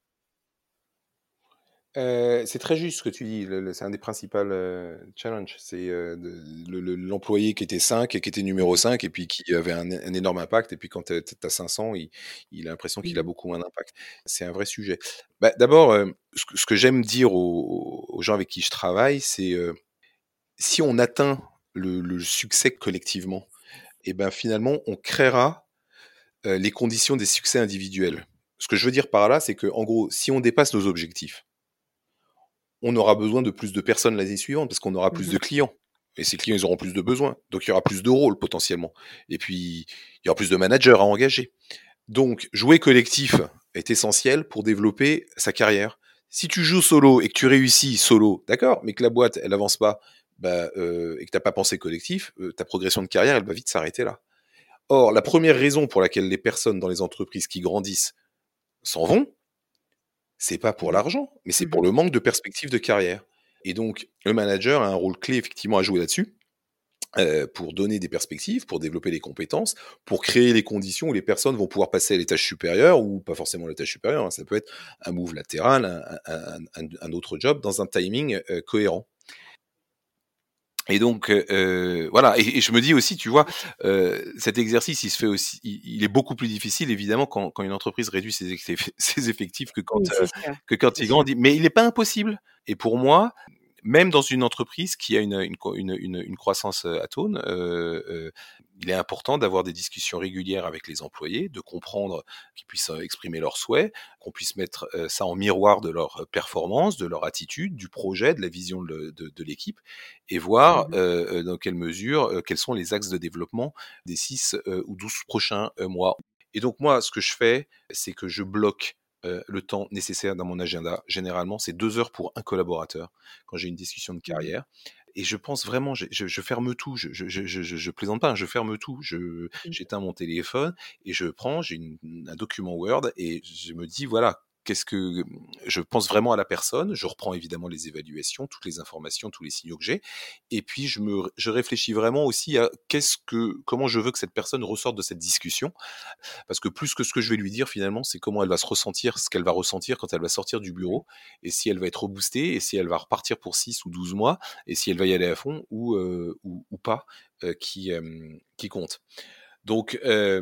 C'est très juste ce que tu dis. C'est un des principaux challenges. C'est l'employé qui était 5 et qui était numéro Mmh. 5 et puis qui avait un énorme impact. Et puis quand tu as 500, il a l'impression qu'il a Mmh. beaucoup moins d'impact. C'est un vrai sujet. Bah, d'abord, ce que j'aime dire aux gens avec qui je travaille, c'est si on atteint le succès collectivement, et ben finalement, on créera les conditions des succès individuels. Ce que je veux dire par là, c'est que en gros, si on dépasse nos objectifs, on aura besoin de plus de personnes l'année suivante parce qu'on aura plus Mmh. de clients. Et ces clients, ils auront plus de besoins. Donc, il y aura plus de rôles potentiellement. Et puis, il y aura plus de managers à engager. Donc, jouer collectif est essentiel pour développer sa carrière. Si tu joues solo et que tu réussis solo, d'accord, mais que la boîte, elle avance pas, et que tu n'as pas pensé collectif, ta progression de carrière, elle va vite s'arrêter là. Or, la première raison pour laquelle les personnes dans les entreprises qui grandissent s'en vont, c'est pas pour Mmh. l'argent, mais c'est pour Mmh. le manque de perspective de carrière. Et donc, le manager a un rôle clé effectivement à jouer là-dessus, pour donner des perspectives, pour développer les compétences, pour créer les conditions où les personnes vont pouvoir passer à l'étage supérieur ou pas forcément à l'étage supérieur, hein, ça peut être un move latéral, un autre job dans un timing cohérent. Et donc voilà. Et je me dis aussi, tu vois, cet exercice, il se fait aussi, il est beaucoup plus difficile évidemment quand une entreprise réduit ses effectifs Oui, que quand c'est il sûr. grandit. Mais il n'est pas impossible. Et pour moi, même dans une entreprise qui a une croissance atone, il est important d'avoir des discussions régulières avec les employés, de comprendre qu'ils puissent exprimer leurs souhaits, qu'on puisse mettre ça en miroir de leur performance, de leur attitude, du projet, de la vision de l'équipe, et voir Mmh. dans quelle mesure, quels sont les axes de développement des 6 ou 12 prochains mois. Et donc moi, ce que je fais, c'est que je bloque le temps nécessaire dans mon agenda. Généralement, c'est 2 heures pour un collaborateur quand j'ai une discussion de Mmh. carrière. Et je pense vraiment, je ferme tout, je plaisante pas, hein, je ferme tout, Mmh. j'éteins mon téléphone et j'ai un document Word et je me dis voilà, qu'est-ce que je pense vraiment à la personne, je reprends évidemment les évaluations, toutes les informations, tous les signaux que j'ai, et puis je réfléchis vraiment aussi à comment je veux que cette personne ressorte de cette discussion, parce que plus que ce que je vais lui dire finalement, c'est comment elle va se ressentir, ce qu'elle va ressentir quand elle va sortir du bureau, et si elle va être reboostée, et si elle va repartir pour 6 ou 12 mois, et si elle va y aller à fond ou pas, qui compte. Donc,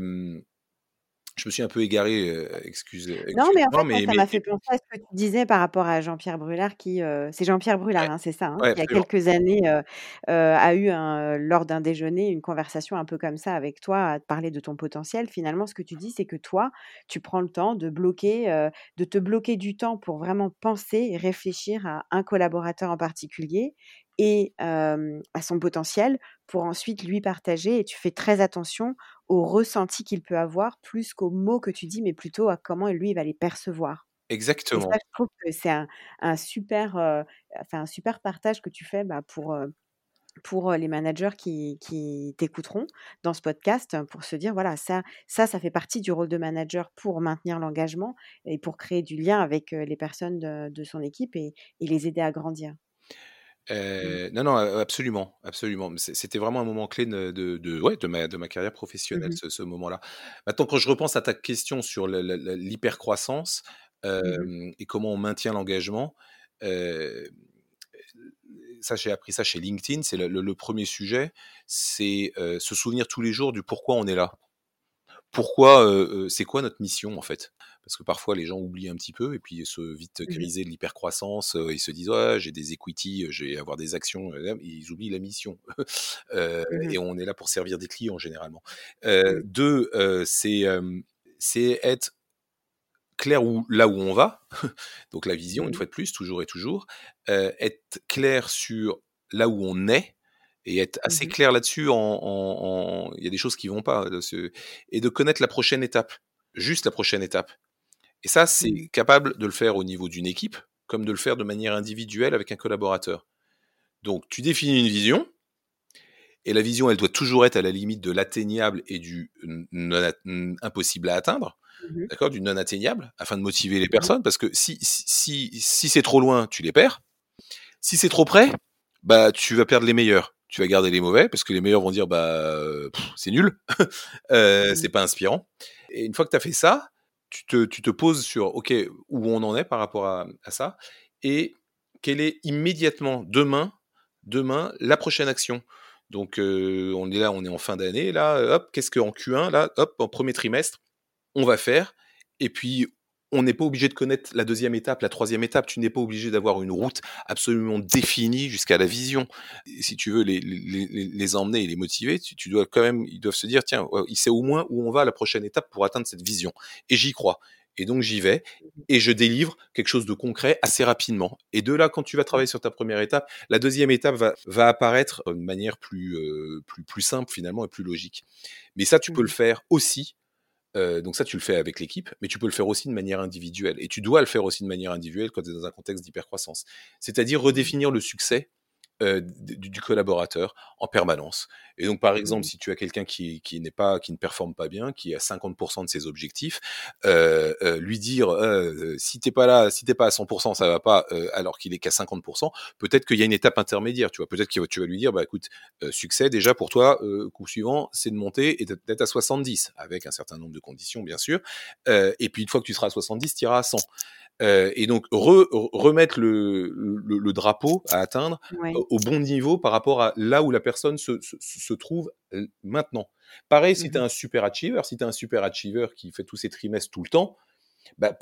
je me suis un peu égaré, Non, mais en excuse-moi, fait, moi, ça mais m'a fait penser à ce que tu disais par rapport à Jean-Pierre Brulard c'est Jean-Pierre ouais, Brulard, hein, c'est ça, hein? ouais, Qui, il y a absolument. quelques années, a eu lors d'un déjeuner, une conversation un peu comme ça avec toi, à te parler de ton potentiel. Finalement, ce que tu dis, c'est que toi, tu prends le temps de te bloquer du temps pour vraiment penser et réfléchir à un collaborateur en particulier et à son potentiel pour ensuite lui partager, et tu fais très attention au ressenti qu'il peut avoir plus qu'aux mots que tu dis, mais plutôt à comment lui, il va les percevoir. Et ça, Exactement. je trouve que c'est un super, un super partage que tu fais, bah, pour les managers qui t'écouteront dans ce podcast, pour se dire: «Voilà, ça fait partie du rôle de manager pour maintenir l'engagement et pour créer du lien avec, les personnes de son équipe et les aider à grandir». Mmh. Non, non, absolument, absolument. Mais c'était vraiment un moment clé ouais, de ma carrière Mmh professionnelle, mh. ce moment-là. Maintenant, quand je repense à ta question sur l'hypercroissance, Mmh. et comment on maintient l'engagement, heu, ça, j'ai appris ça chez LinkedIn, c'est le 1er sujet, c'est, se souvenir tous les jours du pourquoi on est là. Pourquoi, c'est quoi notre mission, en fait? Parce que parfois les gens oublient un petit peu et puis se vite Mmh. griser de l'hypercroissance, ils se disent: «Ouais, j'ai des equity, je vais avoir des actions», ils oublient la mission. Mmh. Et on est là pour servir des clients généralement. Mmh. 2, c'est être clair là où on va, donc la vision une Mmh. fois de plus, toujours et toujours, être clair sur là où on est et être assez Mmh. clair là-dessus il y a des choses qui vont pas, et de connaître la prochaine étape, juste la prochaine étape, et ça, c'est Mmh. capable de le faire au niveau d'une équipe, comme de le faire de manière individuelle avec un collaborateur. Donc tu définis une vision et la vision, elle doit toujours être à la limite de l'atteignable et du impossible à atteindre. Mmh. D'accord, du non atteignable, afin de motiver les Mmh. personnes, parce que si c'est trop loin, tu les perds. Si c'est trop près, bah, tu vas perdre les meilleurs. Tu vas garder les mauvais, parce que les meilleurs vont dire, bah, c'est nul, Mmh. c'est pas inspirant. Et une fois que tu as fait ça, tu te poses sur, OK, où on en est par rapport à ça, et quelle est immédiatement, demain, la prochaine action. Donc, on est là, on est en fin d'année, là, hop, qu'est-ce qu'en Q1, là, hop, en premier trimestre, on va faire, et puis on n'est pas obligé de connaître la deuxième étape, la troisième étape. Tu n'es pas obligé d'avoir une route absolument définie jusqu'à la vision. Et si tu veux les emmener et les motiver, tu dois quand même, ils doivent se dire, tiens, il sait au moins où on va à la prochaine étape pour atteindre cette vision. Et j'y crois. Et donc j'y vais et je délivre quelque chose de concret assez rapidement. Et de là, quand tu vas travailler sur ta première étape, la deuxième étape va apparaître de manière plus simple finalement et plus logique. Mais ça, tu peux le Mmh. faire aussi, donc ça, tu le fais avec l'équipe, mais tu peux le faire aussi de manière individuelle. Et tu dois le faire aussi de manière individuelle quand tu es dans un contexte d'hypercroissance. C'est-à-dire Mmh. redéfinir le succès du collaborateur en permanence. Et donc, par exemple, Mmh. si tu as quelqu'un qui ne performe pas bien, qui a 50% de ses objectifs, lui dire si t'es pas là, si t'es pas à 100%, ça va pas, alors qu'il est qu'à 50%, peut-être qu'il y a une étape intermédiaire, tu vois. Peut-être que tu vas lui dire, bah écoute, succès déjà pour toi, coup suivant, c'est de monter et d'être à 70, avec un certain nombre de conditions, bien sûr. Et puis une fois que tu seras à 70, tu iras à 100. Et donc remettre le drapeau à atteindre Ouais. au bon niveau par rapport à là où la personne se trouve maintenant. Pareil, si tu es Mmh. un super achiever, qui fait tous ses trimestres tout le temps, bah,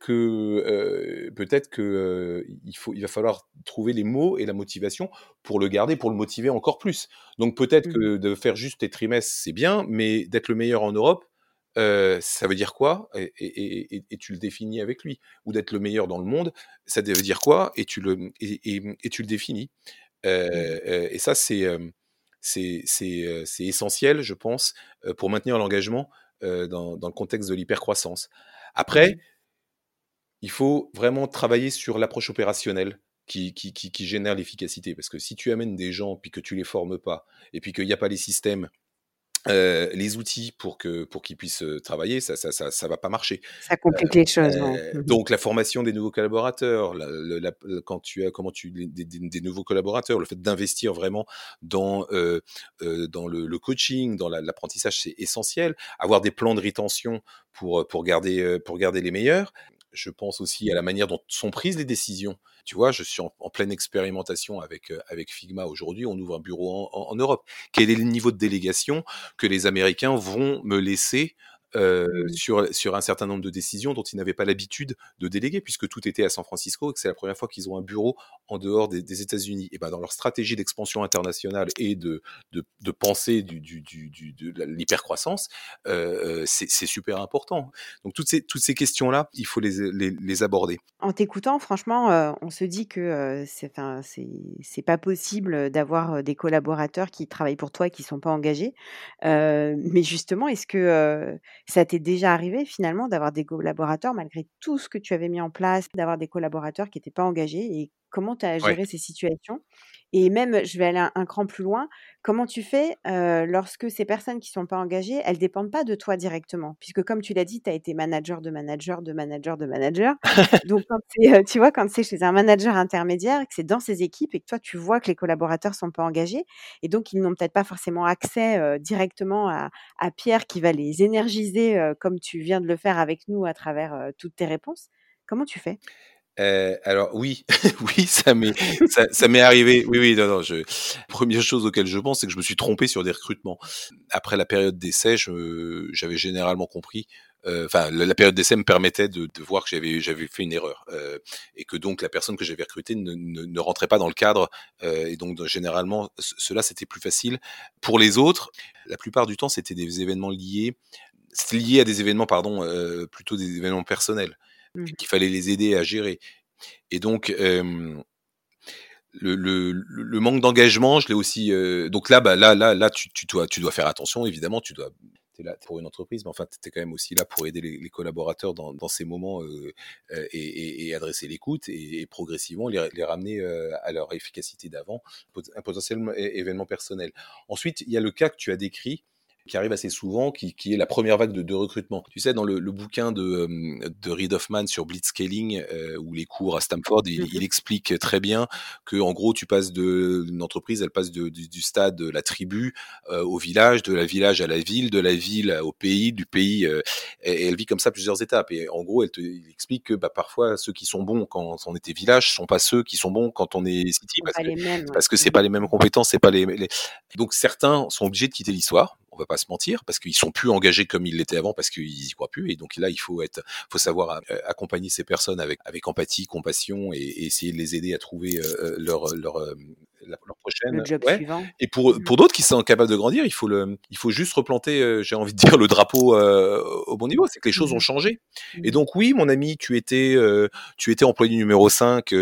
peut-être que il va falloir trouver les mots et la motivation pour le garder, pour le motiver encore plus. Donc peut-être Mmh. que de faire juste tes trimestres, c'est bien, mais d'être le meilleur en Europe, ça veut dire quoi? Et tu le définis avec lui. Ou d'être le meilleur dans le monde, ça veut dire quoi? Et tu le définis. Mmh. Et ça, c'est essentiel, je pense, pour maintenir l'engagement, dans le contexte de l'hypercroissance. Après, il faut vraiment travailler sur l'approche opérationnelle qui génère l'efficacité. Parce que si tu amènes des gens, puis que tu les formes pas, et puis qu'il n'y a pas les systèmes, les outils pour qu'ils puissent travailler, ça va pas marcher. Ça complique les choses, ouais. Donc la formation des nouveaux collaborateurs, quand tu as des nouveaux collaborateurs, le fait d'investir vraiment dans le coaching, dans l'apprentissage, c'est essentiel. Avoir des plans de rétention pour garder les meilleurs. Je pense aussi à la manière dont sont prises les décisions. Tu vois, je suis en pleine expérimentation avec Figma aujourd'hui. On ouvre un bureau en Europe. Quel est le niveau de délégation que les Américains vont me laisser sur un certain nombre de décisions dont ils n'avaient pas l'habitude de déléguer, puisque tout était à San Francisco et que c'est la première fois qu'ils ont un bureau en dehors des États-Unis. Et ben dans leur stratégie d'expansion internationale et de pensée de l'hypercroissance, c'est super important. Donc toutes ces questions-là, il faut les aborder. En t'écoutant, franchement, on se dit que, c'est pas possible, d'avoir, des collaborateurs qui travaillent pour toi et qui sont pas engagés. Mais justement, est-ce que, ça t'est déjà arrivé finalement d'avoir des collaborateurs malgré tout ce que tu avais mis en place, d'avoir des collaborateurs qui étaient pas engagés et comment tu as Ouais. géré ces situations? Et même, je vais aller un cran plus loin, comment tu fais, lorsque ces personnes qui sont pas engagées, elles dépendent pas de toi directement? Puisque comme tu l'as dit, tu as été manager de manager, de manager, de manager. Donc quand c'est, tu vois, quand c'est chez un manager intermédiaire, que c'est dans ses équipes et que toi tu vois que les collaborateurs sont pas engagés et donc ils n'ont peut-être pas forcément accès, directement à Pierre qui va les énergiser, comme tu viens de le faire avec nous à travers, toutes tes réponses. Comment tu fais? Alors oui, oui, ça m'est arrivé. Oui, oui, non, première chose auquel je pense, c'est que je me suis trompé sur des recrutements. Après la période d'essai, j'avais généralement compris, enfin la période d'essai me permettait de voir que j'avais fait une erreur, et que donc la personne que j'avais recrutée ne rentrait pas dans le cadre, et donc généralement cela c'était plus facile. Pour les autres, la plupart du temps c'était des événements liés à des événements, pardon, plutôt des événements personnels Mmh. qu'il fallait les aider à gérer. Et donc, le manque d'engagement, je l'ai aussi. Donc là, tu dois faire attention, évidemment. T'es là pour une entreprise, mais enfin, tu es quand même aussi là pour aider les collaborateurs dans ces moments, et adresser l'écoute et progressivement les ramener à leur efficacité d'avant, un potentiel événement personnel. Ensuite, il y a le cas que tu as décrit, qui arrive assez souvent, qui est la première vague de recrutement. Tu sais, dans le bouquin de Reid Hoffman sur blitzscaling, ou les cours à Stanford, il explique très bien que en gros, tu passes une entreprise, elle passe du stade de la tribu au village, de la village à la ville, de la ville au pays, du pays, et elle vit comme ça plusieurs étapes. Et en gros, il explique que parfois, ceux qui sont bons quand on était village sont pas ceux qui sont bons quand on est city, Ce sont pas les mêmes, ouais. parce que c'est pas les mêmes compétences, c'est pas donc certains sont obligés de quitter l'histoire. On va pas se mentir, parce qu'ils sont plus engagés comme ils l'étaient avant, parce qu'ils y croient plus. Et donc là, il faut savoir accompagner ces personnes avec empathie, compassion, et essayer de les aider à trouver leur prochaine. Le job Ouais. suivant. Et pour d'autres qui sont capables de grandir, il faut juste replanter, j'ai envie de dire, le drapeau au bon niveau. C'est que les choses ont changé. Et donc oui, mon ami, tu étais employé numéro 5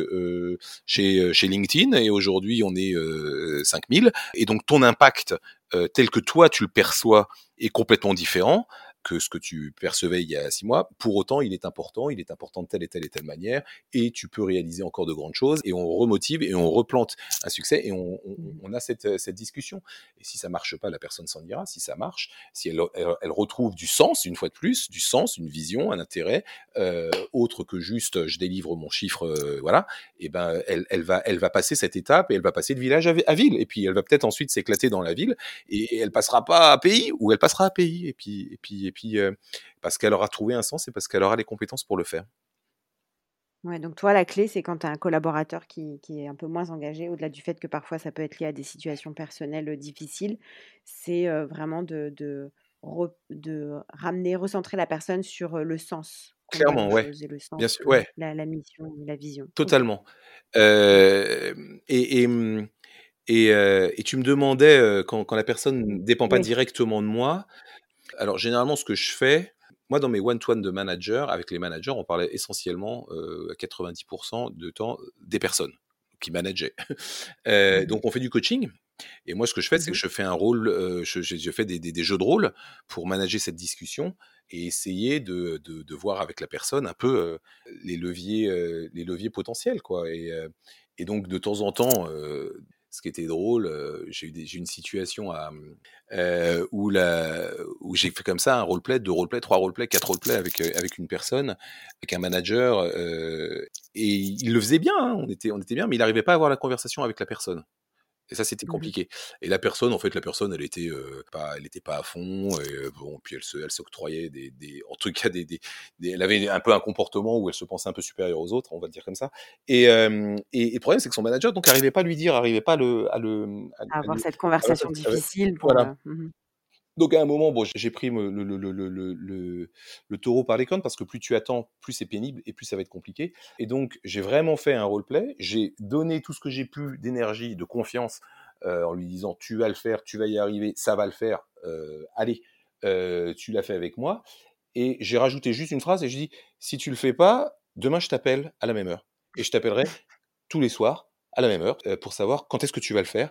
chez LinkedIn, et aujourd'hui on est 5000. Et donc ton impact, tel que toi tu le perçois, est complètement différent que ce que tu percevais il y a 6 mois. Pour autant, il est important de telle et telle manière, et tu peux réaliser encore de grandes choses, et on remotive et on replante un succès, et on a cette discussion. Et si ça marche pas, la personne s'en ira. Si ça marche, si elle retrouve du sens, une fois de plus, du sens, une vision, un intérêt, autre que juste je délivre mon chiffre, voilà, et ben elle va passer cette étape, et elle va passer de village à ville, et puis elle va peut-être ensuite s'éclater dans la ville, et elle passera pas à pays, ou elle passera à pays, et puis parce qu'elle aura trouvé un sens, et parce qu'elle aura les compétences pour le faire. Ouais, donc toi, la clé, c'est quand tu as un collaborateur qui est un peu moins engagé, au-delà du fait que parfois ça peut être lié à des situations personnelles, difficiles, c'est, vraiment de ramener, recentrer la personne sur, le sens qu'on donne aux Clairement, ouais. choses et le Bien sens, sûr, ouais, la mission et la vision. OK. totalement. Et tu me demandais, quand la personne ne dépend pas Oui. directement de moi. Alors généralement, ce que je fais, moi dans mes one-to-one de manager, avec les managers, on parlait essentiellement, à 90% de temps, des personnes qui manageaient. Donc on fait du coaching. Et moi, ce que je fais, c'est que je fais un rôle, je fais des jeux de rôle pour manager cette discussion et essayer de voir avec la personne un peu les leviers potentiels, quoi. Et donc, de temps en temps, ce qui était drôle, j'ai eu une situation où j'ai fait comme ça un roleplay, 2 roleplays, 3 roleplays, 4 roleplays avec une personne, avec un manager, et il le faisait bien, hein, on était bien, mais il n'arrivait pas à avoir la conversation avec la personne. Et ça, c'était Mmh. compliqué. Et la personne, elle était pas à fond. Et bon, puis elle s'octroyait en tout cas elle avait un peu un comportement où elle se pensait un peu supérieure aux autres, on va le dire comme ça. Et le problème, c'est que son manager, donc, arrivait pas à lui dire, arrivait pas À avoir cette à le- conversation difficile pour, voilà. mmh. Donc à un moment, bon, j'ai pris le taureau par les cornes parce que plus tu attends, plus c'est pénible et plus ça va être compliqué. Et donc j'ai vraiment fait un roleplay. J'ai donné tout ce que j'ai pu d'énergie, de confiance, en lui disant tu vas le faire, tu vas y arriver, ça va le faire. Allez, tu l'as fait avec moi. Et j'ai rajouté juste une phrase et je dis si tu le fais pas, demain je t'appelle à la même heure et je t'appellerai tous les soirs à la même heure pour savoir quand est-ce que tu vas le faire.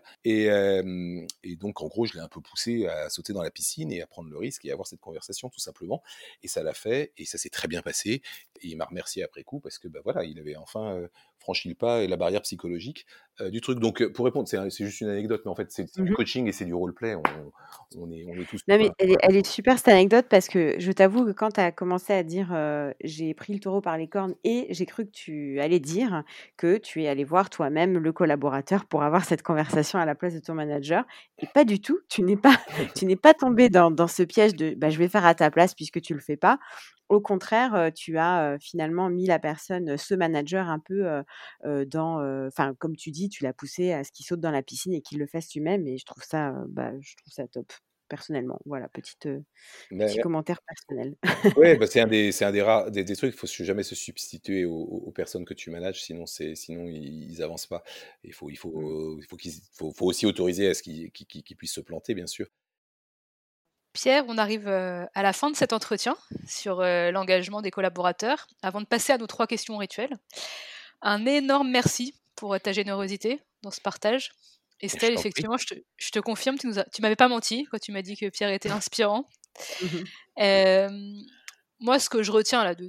Et donc, en gros, je l'ai un peu poussé à sauter dans la piscine et à prendre le risque et à avoir cette conversation, tout simplement. Et ça l'a fait, et ça s'est très bien passé. Et il m'a remercié après coup parce que, bah voilà, il avait enfin franchi le pas et la barrière psychologique du truc. Donc, pour répondre, c'est juste une anecdote, mais en fait, c'est du Mmh. coaching et c'est du roleplay. On est tous Non, mais humains. elle est super cette anecdote parce que je t'avoue que quand tu as commencé à dire, «J'ai pris le taureau par les cornes» et j'ai cru que tu allais dire que tu es allé voir toi-même le collaborateur pour avoir cette conversation à la place de ton manager et pas du tout. Tu n'es pas tu n'es pas tombé dans ce piège de: «Bah, je vais faire à ta place puisque tu le fais pas». Au contraire, tu as, finalement mis la personne, ce manager un peu, dans, enfin, comme tu dis, tu l'as poussé à ce qu'il saute dans la piscine et qu'il le fasse lui-même et je trouve ça, bah, je trouve ça top. Personnellement, voilà, petit Mais, commentaire personnel. ouais, bah, c'est un des rares des trucs, il faut jamais se substituer aux personnes que tu manages, sinon ils avancent pas. Mmh. Il faut aussi autoriser à ce qu'ils puissent se planter, bien sûr. Pierre, on arrive à la fin de cet entretien sur l'engagement des collaborateurs. Avant de passer à nos 3 questions rituelles, un énorme merci pour ta générosité dans ce partage. Je Estelle, t'en prie. effectivement, je te confirme, tu m'avais pas menti quand tu m'as dit que Pierre était inspirant. Mmh. Euh, Moi, ce que je retiens là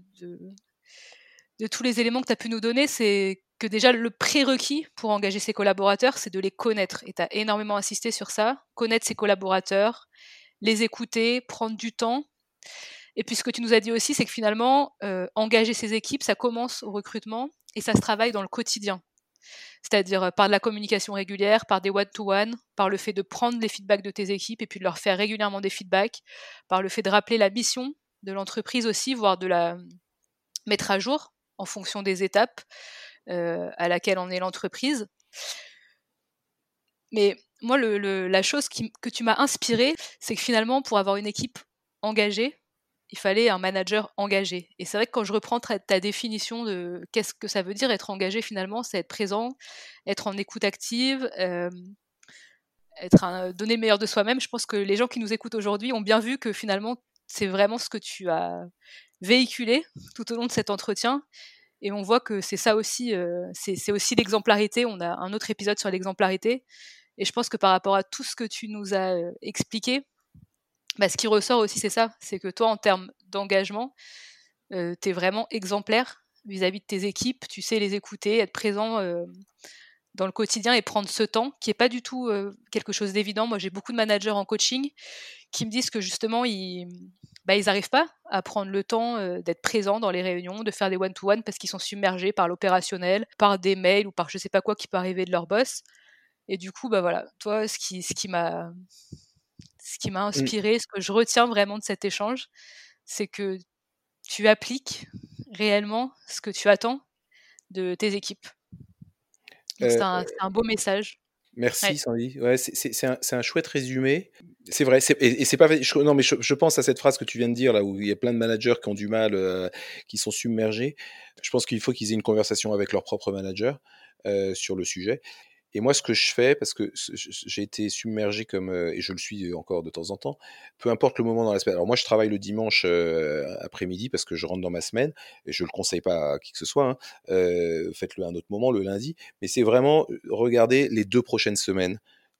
de tous les éléments que tu as pu nous donner, c'est que déjà le prérequis pour engager ses collaborateurs, c'est de les connaître. Et tu as énormément insisté sur ça, connaître ses collaborateurs, les écouter, prendre du temps. Et puis ce que tu nous as dit aussi, c'est que finalement, engager ses équipes, ça commence au recrutement et ça se travaille dans le quotidien. C'est-à-dire par de la communication régulière, par des one-to-one, par le fait de prendre les feedbacks de tes équipes et puis de leur faire régulièrement des feedbacks, par le fait de rappeler la mission de l'entreprise aussi, voire de la mettre à jour en fonction des étapes à laquelle en est l'entreprise. Mais moi, la chose que tu m'as inspirée, c'est que finalement, pour avoir une équipe engagée, il fallait un manager engagé. Et c'est vrai que quand je reprends ta définition de qu'est-ce que ça veut dire être engagé finalement, c'est être présent, être en écoute active, donner le meilleur de soi-même. Je pense que les gens qui nous écoutent aujourd'hui ont bien vu que finalement, c'est vraiment ce que tu as véhiculé tout au long de cet entretien. Et on voit que c'est ça aussi, c'est aussi l'exemplarité. On a un autre épisode sur l'exemplarité. Et je pense que par rapport à tout ce que tu nous as expliqué, bah, ce qui ressort aussi, c'est ça. C'est que toi, en termes d'engagement, tu es vraiment exemplaire vis-à-vis de tes équipes. Tu sais les écouter, être présent dans le quotidien et prendre ce temps, qui n'est pas du tout quelque chose d'évident. Moi, j'ai beaucoup de managers en coaching qui me disent que justement, ils n'arrivent pas à prendre le temps d'être présents dans les réunions, de faire des one-to-one parce qu'ils sont submergés par l'opérationnel, par des mails ou par je sais pas quoi qui peut arriver de leur boss. Et du coup, bah voilà, toi, ce qui m'a Mmh. inspiré, ce que je retiens vraiment de cet échange, c'est que tu appliques réellement ce que tu attends de tes équipes. Donc c'est un beau message. Merci Ouais. Sandy. Ouais, c'est un chouette résumé. C'est vrai, et c'est pas non, mais je pense à cette phrase que tu viens de dire là où il y a plein de managers qui ont du mal, qui sont submergés. Je pense qu'il faut qu'ils aient une conversation avec leur propre manager sur le sujet. Et moi, ce que je fais, parce que j'ai été submergé comme, et je le suis encore de temps en temps, peu importe le moment dans la semaine. Alors moi, je travaille le dimanche après-midi parce que je rentre dans ma semaine, et je le conseille pas à qui que ce soit, hein. Faites-le à un autre moment, le lundi. Mais c'est vraiment regarder les 2 prochaines semaines.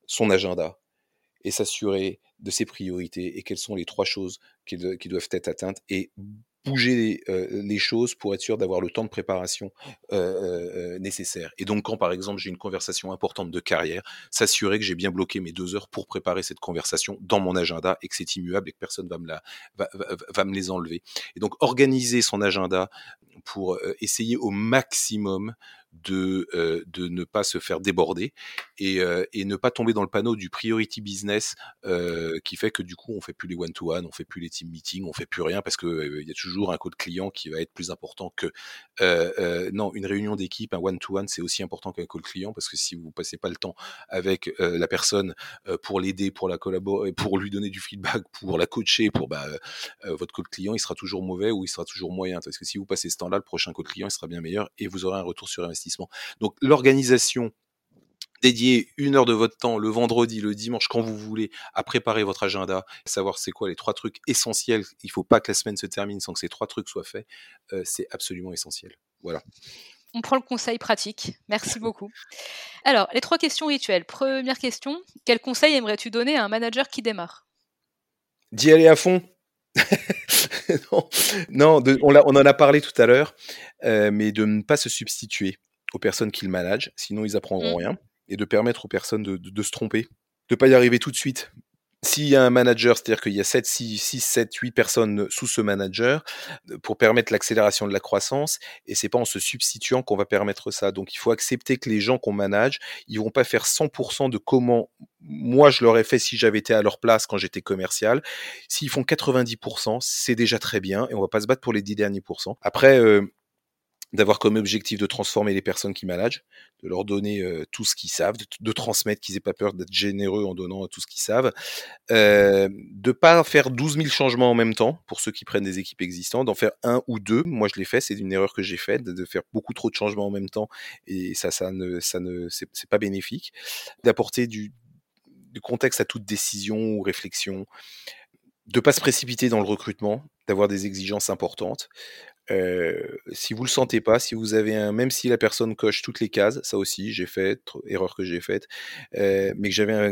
son agenda et s'assurer de ses priorités et quelles sont les 3 choses qui doivent être atteintes et bouger les choses pour être sûr d'avoir le temps de préparation nécessaire. Et donc quand par exemple j'ai une conversation importante de carrière, s'assurer que j'ai bien bloqué mes 2 heures pour préparer cette conversation dans mon agenda et que c'est immuable et que personne va me les enlever. Et donc organiser son agenda pour essayer au maximum de ne pas se faire déborder et ne pas tomber dans le panneau du priority business qui fait que du coup on fait plus les one-to-one, on fait plus les team meetings, on fait plus rien parce que il y a toujours un call client qui va être plus important que non, une réunion d'équipe, un one-to-one c'est aussi important qu'un call client parce que si vous passez pas le temps avec la personne pour l'aider, pour la collaborer, pour lui donner du feedback, pour la coacher, pour votre call client il sera toujours mauvais ou il sera toujours moyen parce que si vous passez ce temps-là, le prochain call client il sera bien meilleur et vous aurez un retour sur investissement. Donc l'organisation dédier 1 heure de votre temps le vendredi, le dimanche, quand vous voulez, à préparer votre agenda, savoir c'est quoi les 3 trucs essentiels. Il ne faut pas que la semaine se termine sans que ces 3 trucs soient faits. C'est absolument essentiel. Voilà. On prend le conseil pratique. Merci beaucoup. Alors, les 3 questions rituelles. Première question, quel conseil aimerais-tu donner à un manager qui démarre? D'y aller à fond. Non, on en a parlé tout à l'heure, mais de ne pas se substituer aux personnes qu'ils managent, sinon ils apprendront rien, et de permettre aux personnes de se tromper, de ne pas y arriver tout de suite. S'il y a un manager, c'est-à-dire qu'il y a 6, 7, 8 personnes sous ce manager, pour permettre l'accélération de la croissance, et c'est pas en se substituant qu'on va permettre ça. Donc il faut accepter que les gens qu'on manage, ils vont pas faire 100% de comment moi je l'aurais fait si j'avais été à leur place quand j'étais commercial. S'ils font 90%, c'est déjà très bien, et on va pas se battre pour les 10 derniers pourcents. Après, d'avoir comme objectif de transformer les personnes qui managent, de leur donner tout ce qu'ils savent, de transmettre, qu'ils aient pas peur d'être généreux en donnant tout ce qu'ils savent, de pas faire 12 000 changements en même temps pour ceux qui prennent des équipes existantes, d'en faire 1 ou 2. Moi, je l'ai fait, c'est une erreur que j'ai faite, de faire beaucoup trop de changements en même temps, et c'est pas bénéfique. D'apporter du contexte à toute décision ou réflexion, de pas se précipiter dans le recrutement, d'avoir des exigences importantes. Si vous le sentez pas, si vous avez même si la personne coche toutes les cases, ça aussi j'ai fait, erreur que j'ai faite, mais que j'avais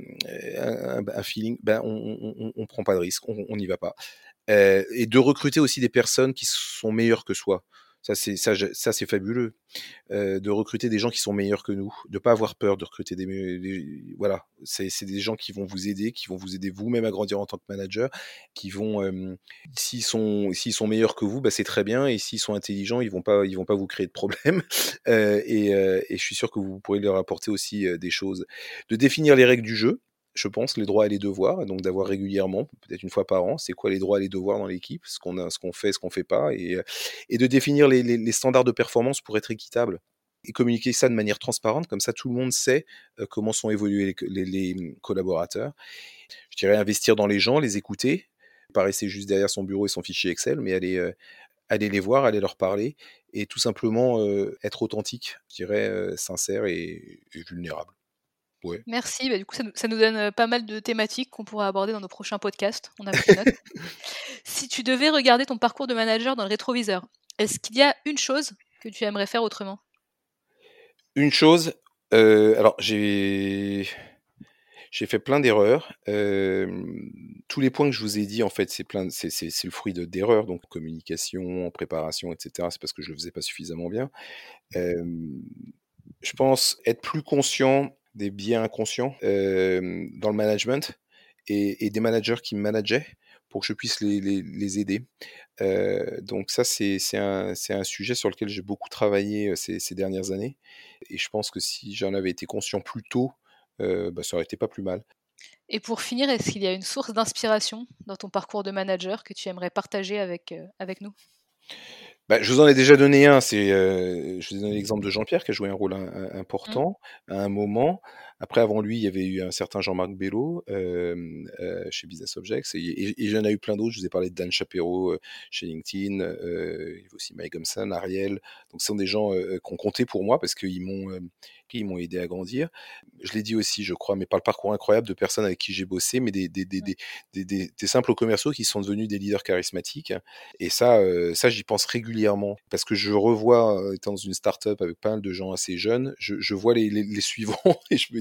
un feeling, on prend pas de risque, on n'y va pas. Et de recruter aussi des personnes qui sont meilleures que soi. Ça c'est fabuleux. De recruter des gens qui sont meilleurs que nous, de pas avoir peur de recruter voilà, c'est des gens qui vont vous aider vous-même à grandir en tant que manager, qui vont s'ils sont meilleurs que vous, c'est très bien, et s'ils sont intelligents, ils vont pas vous créer de problèmes. Et je suis sûr que vous pourrez leur apporter aussi des choses. De définir les règles du jeu. Je pense, les droits et les devoirs, donc d'avoir régulièrement, peut-être 1 fois par an, c'est quoi les droits et les devoirs dans l'équipe, ce qu'on fait, ce qu'on fait pas, et de définir les standards de performance pour être équitable. Et communiquer ça de manière transparente, comme ça tout le monde sait comment sont évolués les collaborateurs. Je dirais investir dans les gens, les écouter, pas rester juste derrière son bureau et son fichier Excel, mais aller les voir, aller leur parler, et tout simplement être authentique, je dirais sincère et vulnérable. Ouais. Merci, du coup ça nous donne pas mal de thématiques qu'on pourra aborder dans nos prochains podcasts. On a pris note. Si tu devais regarder ton parcours de manager dans le rétroviseur, est-ce qu'il y a une chose que tu aimerais faire autrement? Une chose, alors j'ai fait plein d'erreurs. Tous les points que je vous ai dit, en fait, c'est le fruit d'erreurs, donc communication, préparation, etc. C'est parce que je le faisais pas suffisamment bien. Je pense être plus conscient des biais inconscients dans le management, et des managers qui me manageaient pour que je puisse les aider. Donc ça, c'est un sujet sur lequel j'ai beaucoup travaillé ces dernières années, et je pense que si j'en avais été conscient plus tôt, ça aurait été pas plus mal. Et pour finir, est-ce qu'il y a une source d'inspiration dans ton parcours de manager que tu aimerais partager avec nous? Je vous en ai déjà donné un, je vous ai donné l'exemple de Jean-Pierre qui a joué un rôle Mmh. important à un moment. Après, avant lui, il y avait eu un certain Jean-Marc Bello chez Business Objects, et il y en a eu plein d'autres. Je vous ai parlé de Dan Shapiro chez LinkedIn, il y a aussi Mike Gumson, Ariel. Donc, ce sont des gens qui ont compté pour moi parce qu'ils m'ont aidé à grandir. Je l'ai dit aussi, je crois, mais par le parcours incroyable de personnes avec qui j'ai bossé, mais des simples commerciaux qui sont devenus des leaders charismatiques. Et ça, j'y pense régulièrement parce que je revois, étant dans une start-up avec pas mal de gens assez jeunes, je vois les suivants et je me dis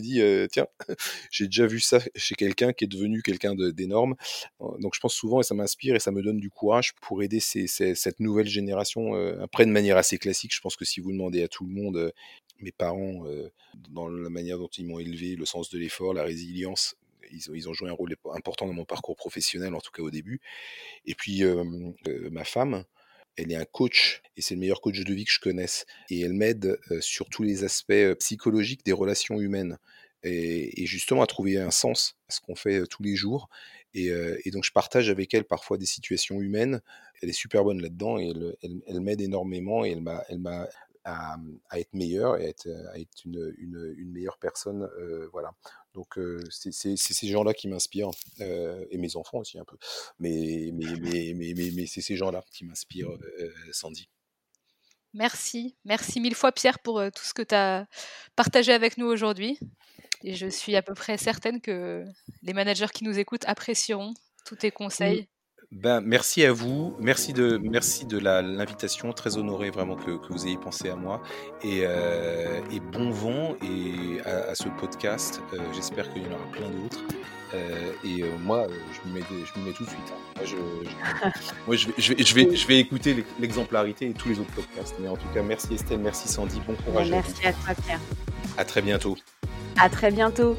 dit, tiens, j'ai déjà vu ça chez quelqu'un qui est devenu quelqu'un d'énorme. Donc je pense souvent, et ça m'inspire et ça me donne du courage pour aider cette nouvelle génération. Après, de manière assez classique, je pense que si vous demandez à tout le monde, mes parents, dans la manière dont ils m'ont élevé, le sens de l'effort, la résilience, ils ont joué un rôle important dans mon parcours professionnel, en tout cas au début. Et puis, ma femme, elle est un coach et c'est le meilleur coach de vie que je connaisse. Et elle m'aide sur tous les aspects psychologiques des relations humaines et justement à trouver un sens à ce qu'on fait tous les jours. Et donc je partage avec elle parfois des situations humaines. Elle est super bonne là-dedans et elle m'aide énormément et elle m'a à être meilleur et à être une meilleure personne. Voilà. Donc c'est ces gens-là qui m'inspirent et mes enfants aussi un peu. Mais c'est ces gens-là qui m'inspirent, Sandy. Merci. Merci mille fois, Pierre, pour tout ce que tu as partagé avec nous aujourd'hui. Et je suis à peu près certaine que les managers qui nous écoutent apprécieront tous tes conseils. Ben, merci à vous, merci de l'invitation, très honoré vraiment que vous ayez pensé à moi et bon vent et à ce podcast. J'espère qu'il y en aura plein d'autres. Moi, je m'y mets tout de suite. Moi, je vais écouter l'exemplarité et tous les autres podcasts. Mais en tout cas, merci Estelle, merci Sandy, bon courage. Merci à toi, Pierre. À très bientôt. À très bientôt.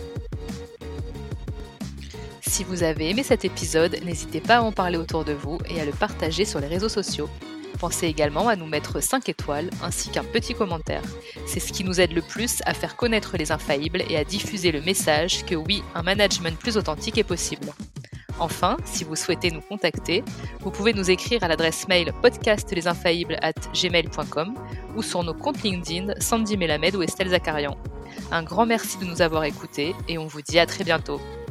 Si vous avez aimé cet épisode, n'hésitez pas à en parler autour de vous et à le partager sur les réseaux sociaux. Pensez également à nous mettre 5 étoiles ainsi qu'un petit commentaire. C'est ce qui nous aide le plus à faire connaître les infaillibles et à diffuser le message que oui, un management plus authentique est possible. Enfin, si vous souhaitez nous contacter, vous pouvez nous écrire à l'adresse mail podcastlesinfaillibles@gmail.com ou sur nos comptes LinkedIn Sandy Melamed ou Estelle Zakarian. Un grand merci de nous avoir écoutés et on vous dit à très bientôt.